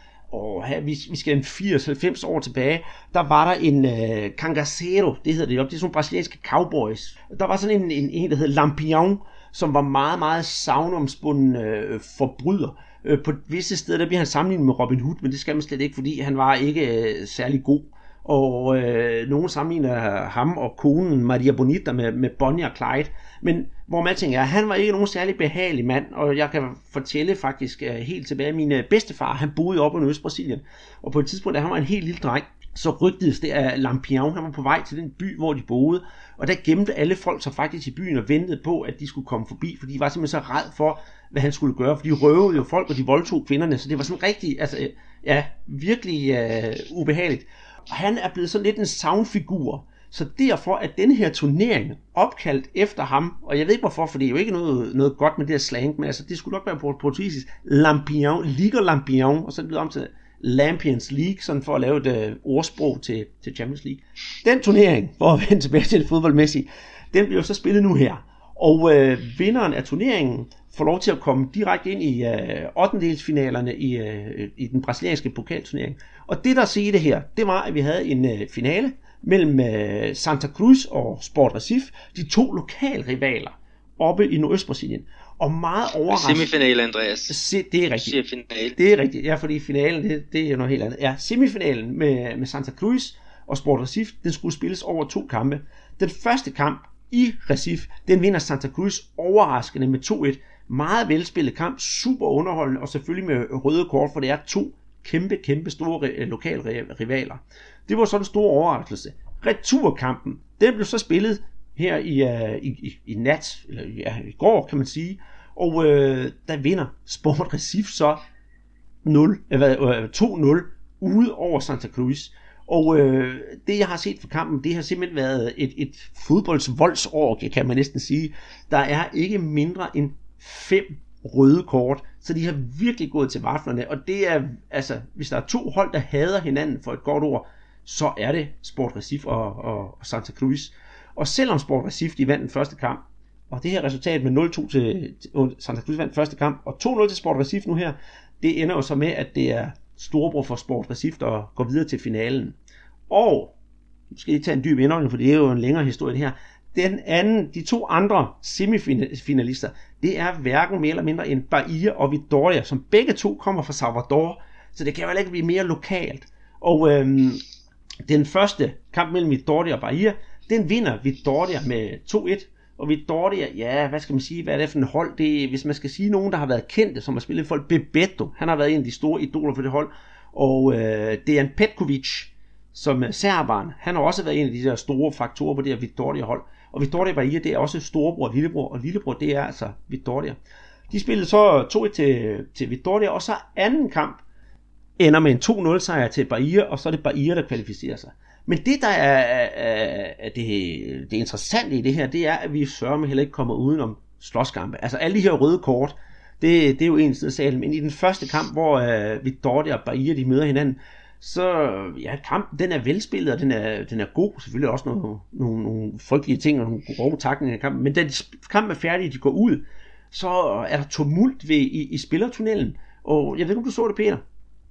vi skal en 80-90 år tilbage, der var der en cangaceiro, det hedder det, det er sådan nogle brasilianske cowboys. Der var sådan en der hed Lampião, som var meget, meget savnomspunden forbryder. På visse steder, der bliver han sammenlignet med Robin Hood, men det skal man slet ikke, fordi han var ikke særlig god. Og nogen sammenligner ham og konen Maria Bonita med Bonnie og Clyde. Men hvor man tænker, han var ikke nogen særlig behagelig mand, og jeg kan fortælle faktisk helt tilbage, min bedstefar, han boede oppe i Øst-Brasilien, og på et tidspunkt, da han var en helt lille dreng, så rygtedes det af Lampião, han var på vej til den by, hvor de boede, og der gemte alle folk så faktisk i byen og ventede på, at de skulle komme forbi, for de var simpelthen så ræd for, hvad han skulle gøre, for de røvede jo folk, og de voldtog kvinderne, så det var sådan rigtig, virkelig ubehageligt. Og han er blevet sådan lidt en savnfigur, så derfor er denne her turnering opkaldt efter ham, og jeg ved ikke hvorfor, for det er jo ikke noget godt med det her slang, men altså det skulle nok være på portugisisk, Lampião, Liga Lampião, og så er det blevet om til Lampions League, sådan for at lave et ordsprog til Champions League. Den turnering, for at vende tilbage til det fodboldmæssige, den bliver så spillet nu her, og vinderen af turneringen får lov til at komme direkte ind i 8-delsfinalerne i den brasilianske pokalturnering. Og det der skete her, det var, at vi havde en finale mellem Santa Cruz og Sport Recife, de to lokalrivaler oppe i Nordøst-Brasilien. Og meget overraskende... Semifinale, Andreas. Det er rigtigt. Semifinale. Det er rigtigt, ja, fordi finalen, det er noget helt andet. Ja, semifinalen med Santa Cruz og Sport Recife, den skulle spilles over 2 kampe. Den første kamp i Recife, den vinder Santa Cruz overraskende med 2-1. Meget velspillet kamp, super underholdende, og selvfølgelig med røde kort, for det er 2 kæmpe store lokale rivaler. Det var sådan en stor overraskelse. Returkampen, den blev så spillet her i nat, eller i går kan man sige, og der vinder Sport Recife så 2-0 ude over Santa Cruz. Og det jeg har set for kampen, det har simpelthen været et fodboldsvoldsorgie, kan man næsten sige. Der er ikke mindre end 5 røde kort, så de har virkelig gået til vaflerne, og det er, altså, hvis der er 2 hold, der hader hinanden for et godt ord, så er det Sport Recife og Santa Cruz. Og selvom Sport Recife, de vandt den første kamp, Og det her resultat med 0-2 til Santa Cruz vandt første kamp, og 2-0 til Sport Recife nu her, det ender jo så med, at det er storebror for Sport Recife, der går videre til finalen. Og, nu skal I tage en dyb indånding, for det er jo en længere historie det her. De to andre semifinalister, det er hverken mere eller mindre end Bahia og Vitória, som begge to kommer fra Salvador, så det kan jo ikke blive mere lokalt. Og den første kamp mellem Vitória og Bahia, den vinder Vitória med 2-1. Og Vitória, ja, hvad skal man sige, hvad er det for en hold? Det er, hvis man skal sige nogen, der har været kendte, som har spillet for Bebeto, han har været en af de store idoler for det hold, og Dejan Petkovic, som er serberen, han har også været en af de der store faktorer på det her Vitória-hold. Og Vitória Bahia, det er også storebror og lillebror, og lillebror, det er altså Vitória. De spillede så 2-1 til Vitória, og så anden kamp ender med en 2-0 sejr til Bahia, og så er det Bahia, der kvalificerer sig. Men det, der er det interessante i det her, det er, at vi sørger med heller ikke kommer udenom slåskampe. Altså alle de her røde kort, det er jo en side af salen. Men i den første kamp, hvor Vitória og Bahia, de møder hinanden, så ja, kampen, den er velspillet, og den er god. Selvfølgelig også nogle frygtelige ting, og nogle grove takninger i kampen. Men da kampen er færdig, de går ud, så er der tumult i spillertunnelen. Og jeg ved ikke, om du så det, Peter?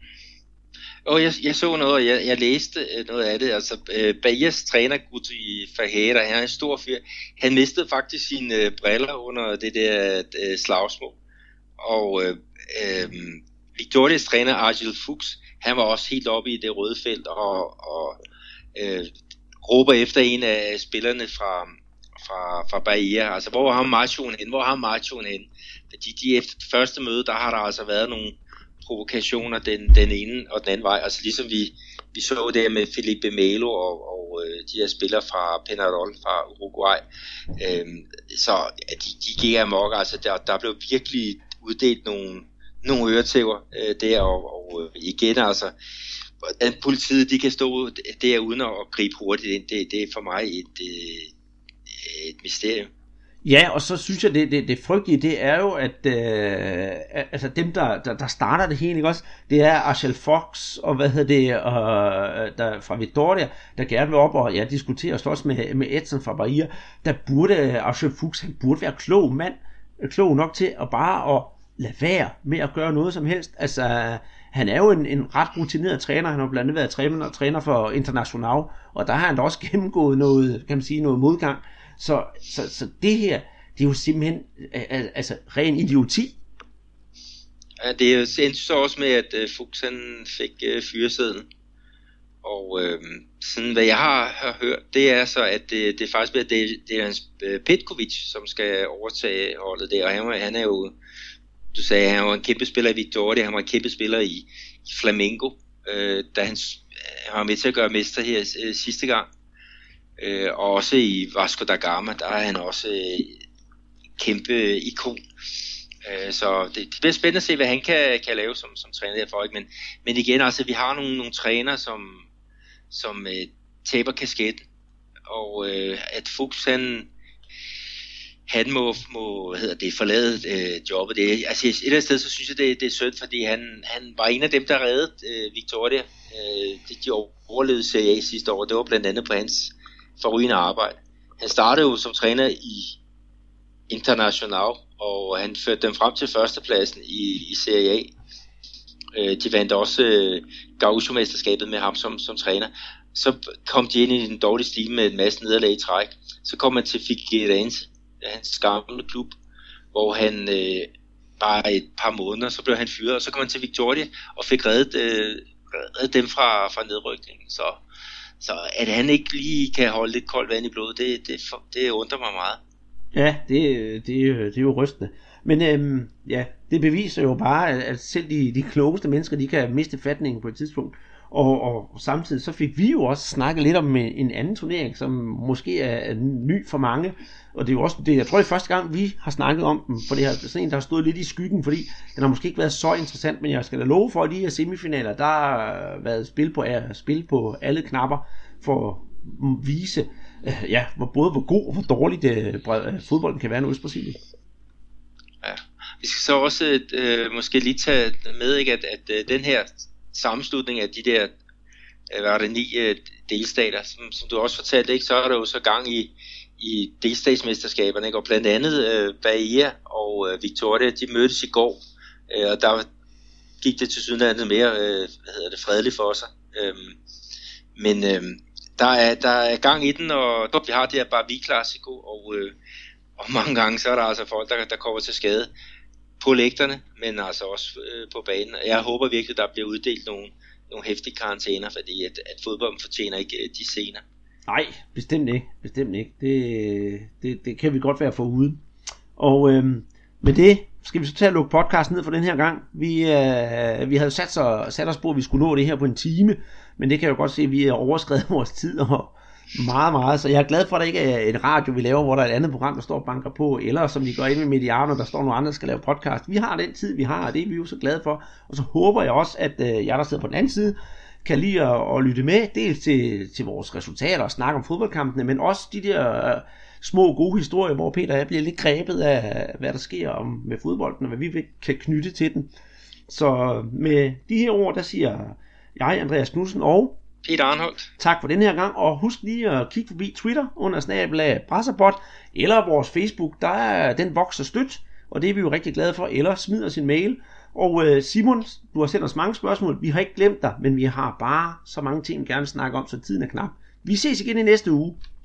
Og jeg så noget, og jeg læste noget af det. Altså, Bahias træner, Guti Ferreira, han er en stor fyr. Han mistede faktisk sine briller under det der slagsmål. Og Vitórias træner, Argel Fuchs, han var også helt oppe i det røde felt og råber efter en af spillerne fra Bahia. Altså, hvor har Machoen hen? Fordi de efter det første møde, der har der altså været nogle provokationer den ene og den anden vej, altså ligesom vi så det med Felipe Melo og de her spillere fra Peñarol fra Uruguay, så de gik amok, altså der blev virkelig uddelt nogle øretæver der, og igen altså, at politiet de kan stå der uden at gribe hurtigt ind, det er for mig et mysterium. Ja, og så synes jeg, det frygtelige, det er jo, at altså dem, der starter det hele, ikke også, det er Argel Fox, og der fra Vitória, der gerne vil op og diskutere og slås med Edson fra Bahia. Der burde Argel Fox, han burde være klog nok til at bare at lade være med at gøre noget som helst. Altså, han er jo en ret rutineret træner, han har blandt andet været træner for Internacional, og der har han da også gennemgået noget, kan man sige, noget modgang. Så det her, det er jo simpelthen altså ren idioti. Ja, det er jo så også med, at Fuchs han fik fyresedlen. Og sådan hvad jeg har hørt, det er så, at det er faktisk det er hans Petkovic, som skal overtage holdet der. Og han er jo, du sagde, han var en kæmpe spiller i Vitória, han var en kæmpe spiller i Flamengo, da han var med til at gøre mester her sidste gang. Og også i Vasco da Gama, der er han også kæmpe ikon. Så det bliver spændende at se, hvad han kan lave som træner der for. Men igen, altså vi har nogle trænere, som taber kasketten. Og at Fuchs han må forlade jobbet. Altså et eller andet sted, så synes jeg, det er synd, fordi han var en af dem, der reddede Vitória. De overlevede Serie A sidste år. Det var blandt andet på hans forrygende arbejde. Han startede jo som træner i Internacional, og han førte dem frem til førstepladsen i Serie A. De vandt også Gaúcho-mesterskabet med ham som træner. Så kom de ind i en dårlig stil med en masse nederlag i træk. Så kom han til Figueirense, hans gamle klub, hvor han bare et par måneder, så blev han fyret, og så kom han til Vitória og fik reddet dem fra nedrykningen. Så at han ikke lige kan holde lidt koldt vand i blodet, det undrer mig meget. Ja, det er jo rystende. Men det beviser jo bare, at selv de klogeste mennesker, de kan miste fatningen på et tidspunkt. Og samtidig så fik vi jo også snakket lidt om en anden turnering, som måske er ny for mange. Og det er jo også det, jeg tror, det er første gang, vi har snakket om den, for det er sådan en, der har stået lidt i skyggen, fordi den har måske ikke været så interessant, men jeg skal da love for, at de her semifinaler, der har været spil på alle knapper for at vise, hvor god og hvor dårligt fodbolden kan være nu i Brasilien. Ja, vi skal så også måske lige tage med, ikke, at den her sammenslutning af de der 9 delstater, som du også fortalte, ikke, så er der jo så gang i i delstatsmesterskaberne, ikke? Og blandt andet Bahia og Victoria, de mødtes i går, og der gik det til sydenlandet mere fredeligt for sig. Men der er gang i den, og vi har det her Barbie Classico, og mange gange så er der altså folk, der kommer til skade på lægterne, men altså også på banen. Jeg håber virkelig, der bliver uddelt nogle heftige karantæner, fordi at fodbolden fortjener ikke de scener. Nej, bestemt ikke. Det kan vi godt være foruden. Og med det skal vi så tage at lukke podcasten ned for den her gang. Vi havde sat os på, at vi skulle nå det her på en time, men det kan jeg jo godt se, at vi er overskredet vores tid og meget. Så jeg er glad for, at der ikke er et radio, vi laver, hvor der er et andet program, der står og banker på, eller som vi går ind med Mediano, der står nogle andre, der skal lave podcast. Vi har den tid, vi har, og det er vi jo så glade for. Og så håber jeg også, at jeg, der sidder på den anden side, kan lide at lytte med, dels til vores resultater og snakke om fodboldkampene, men også de der små gode historier, hvor Peter og jeg bliver lidt grebet af, hvad der sker med fodbolden, og hvad vi kan knytte til den. Så med de her ord, der siger jeg, Andreas Knudsen og Peter Arnholdt. Tak for den her gang, og husk lige at kigge forbi Twitter under @Brasserpod, eller vores Facebook, den vokser stødt, og det er vi jo rigtig glade for, eller smid os en mail. Og Simon, du har sendt os mange spørgsmål, vi har ikke glemt dig, men vi har bare så mange ting, vi gerne vil snakke om, så tiden er knap. Vi ses igen i næste uge.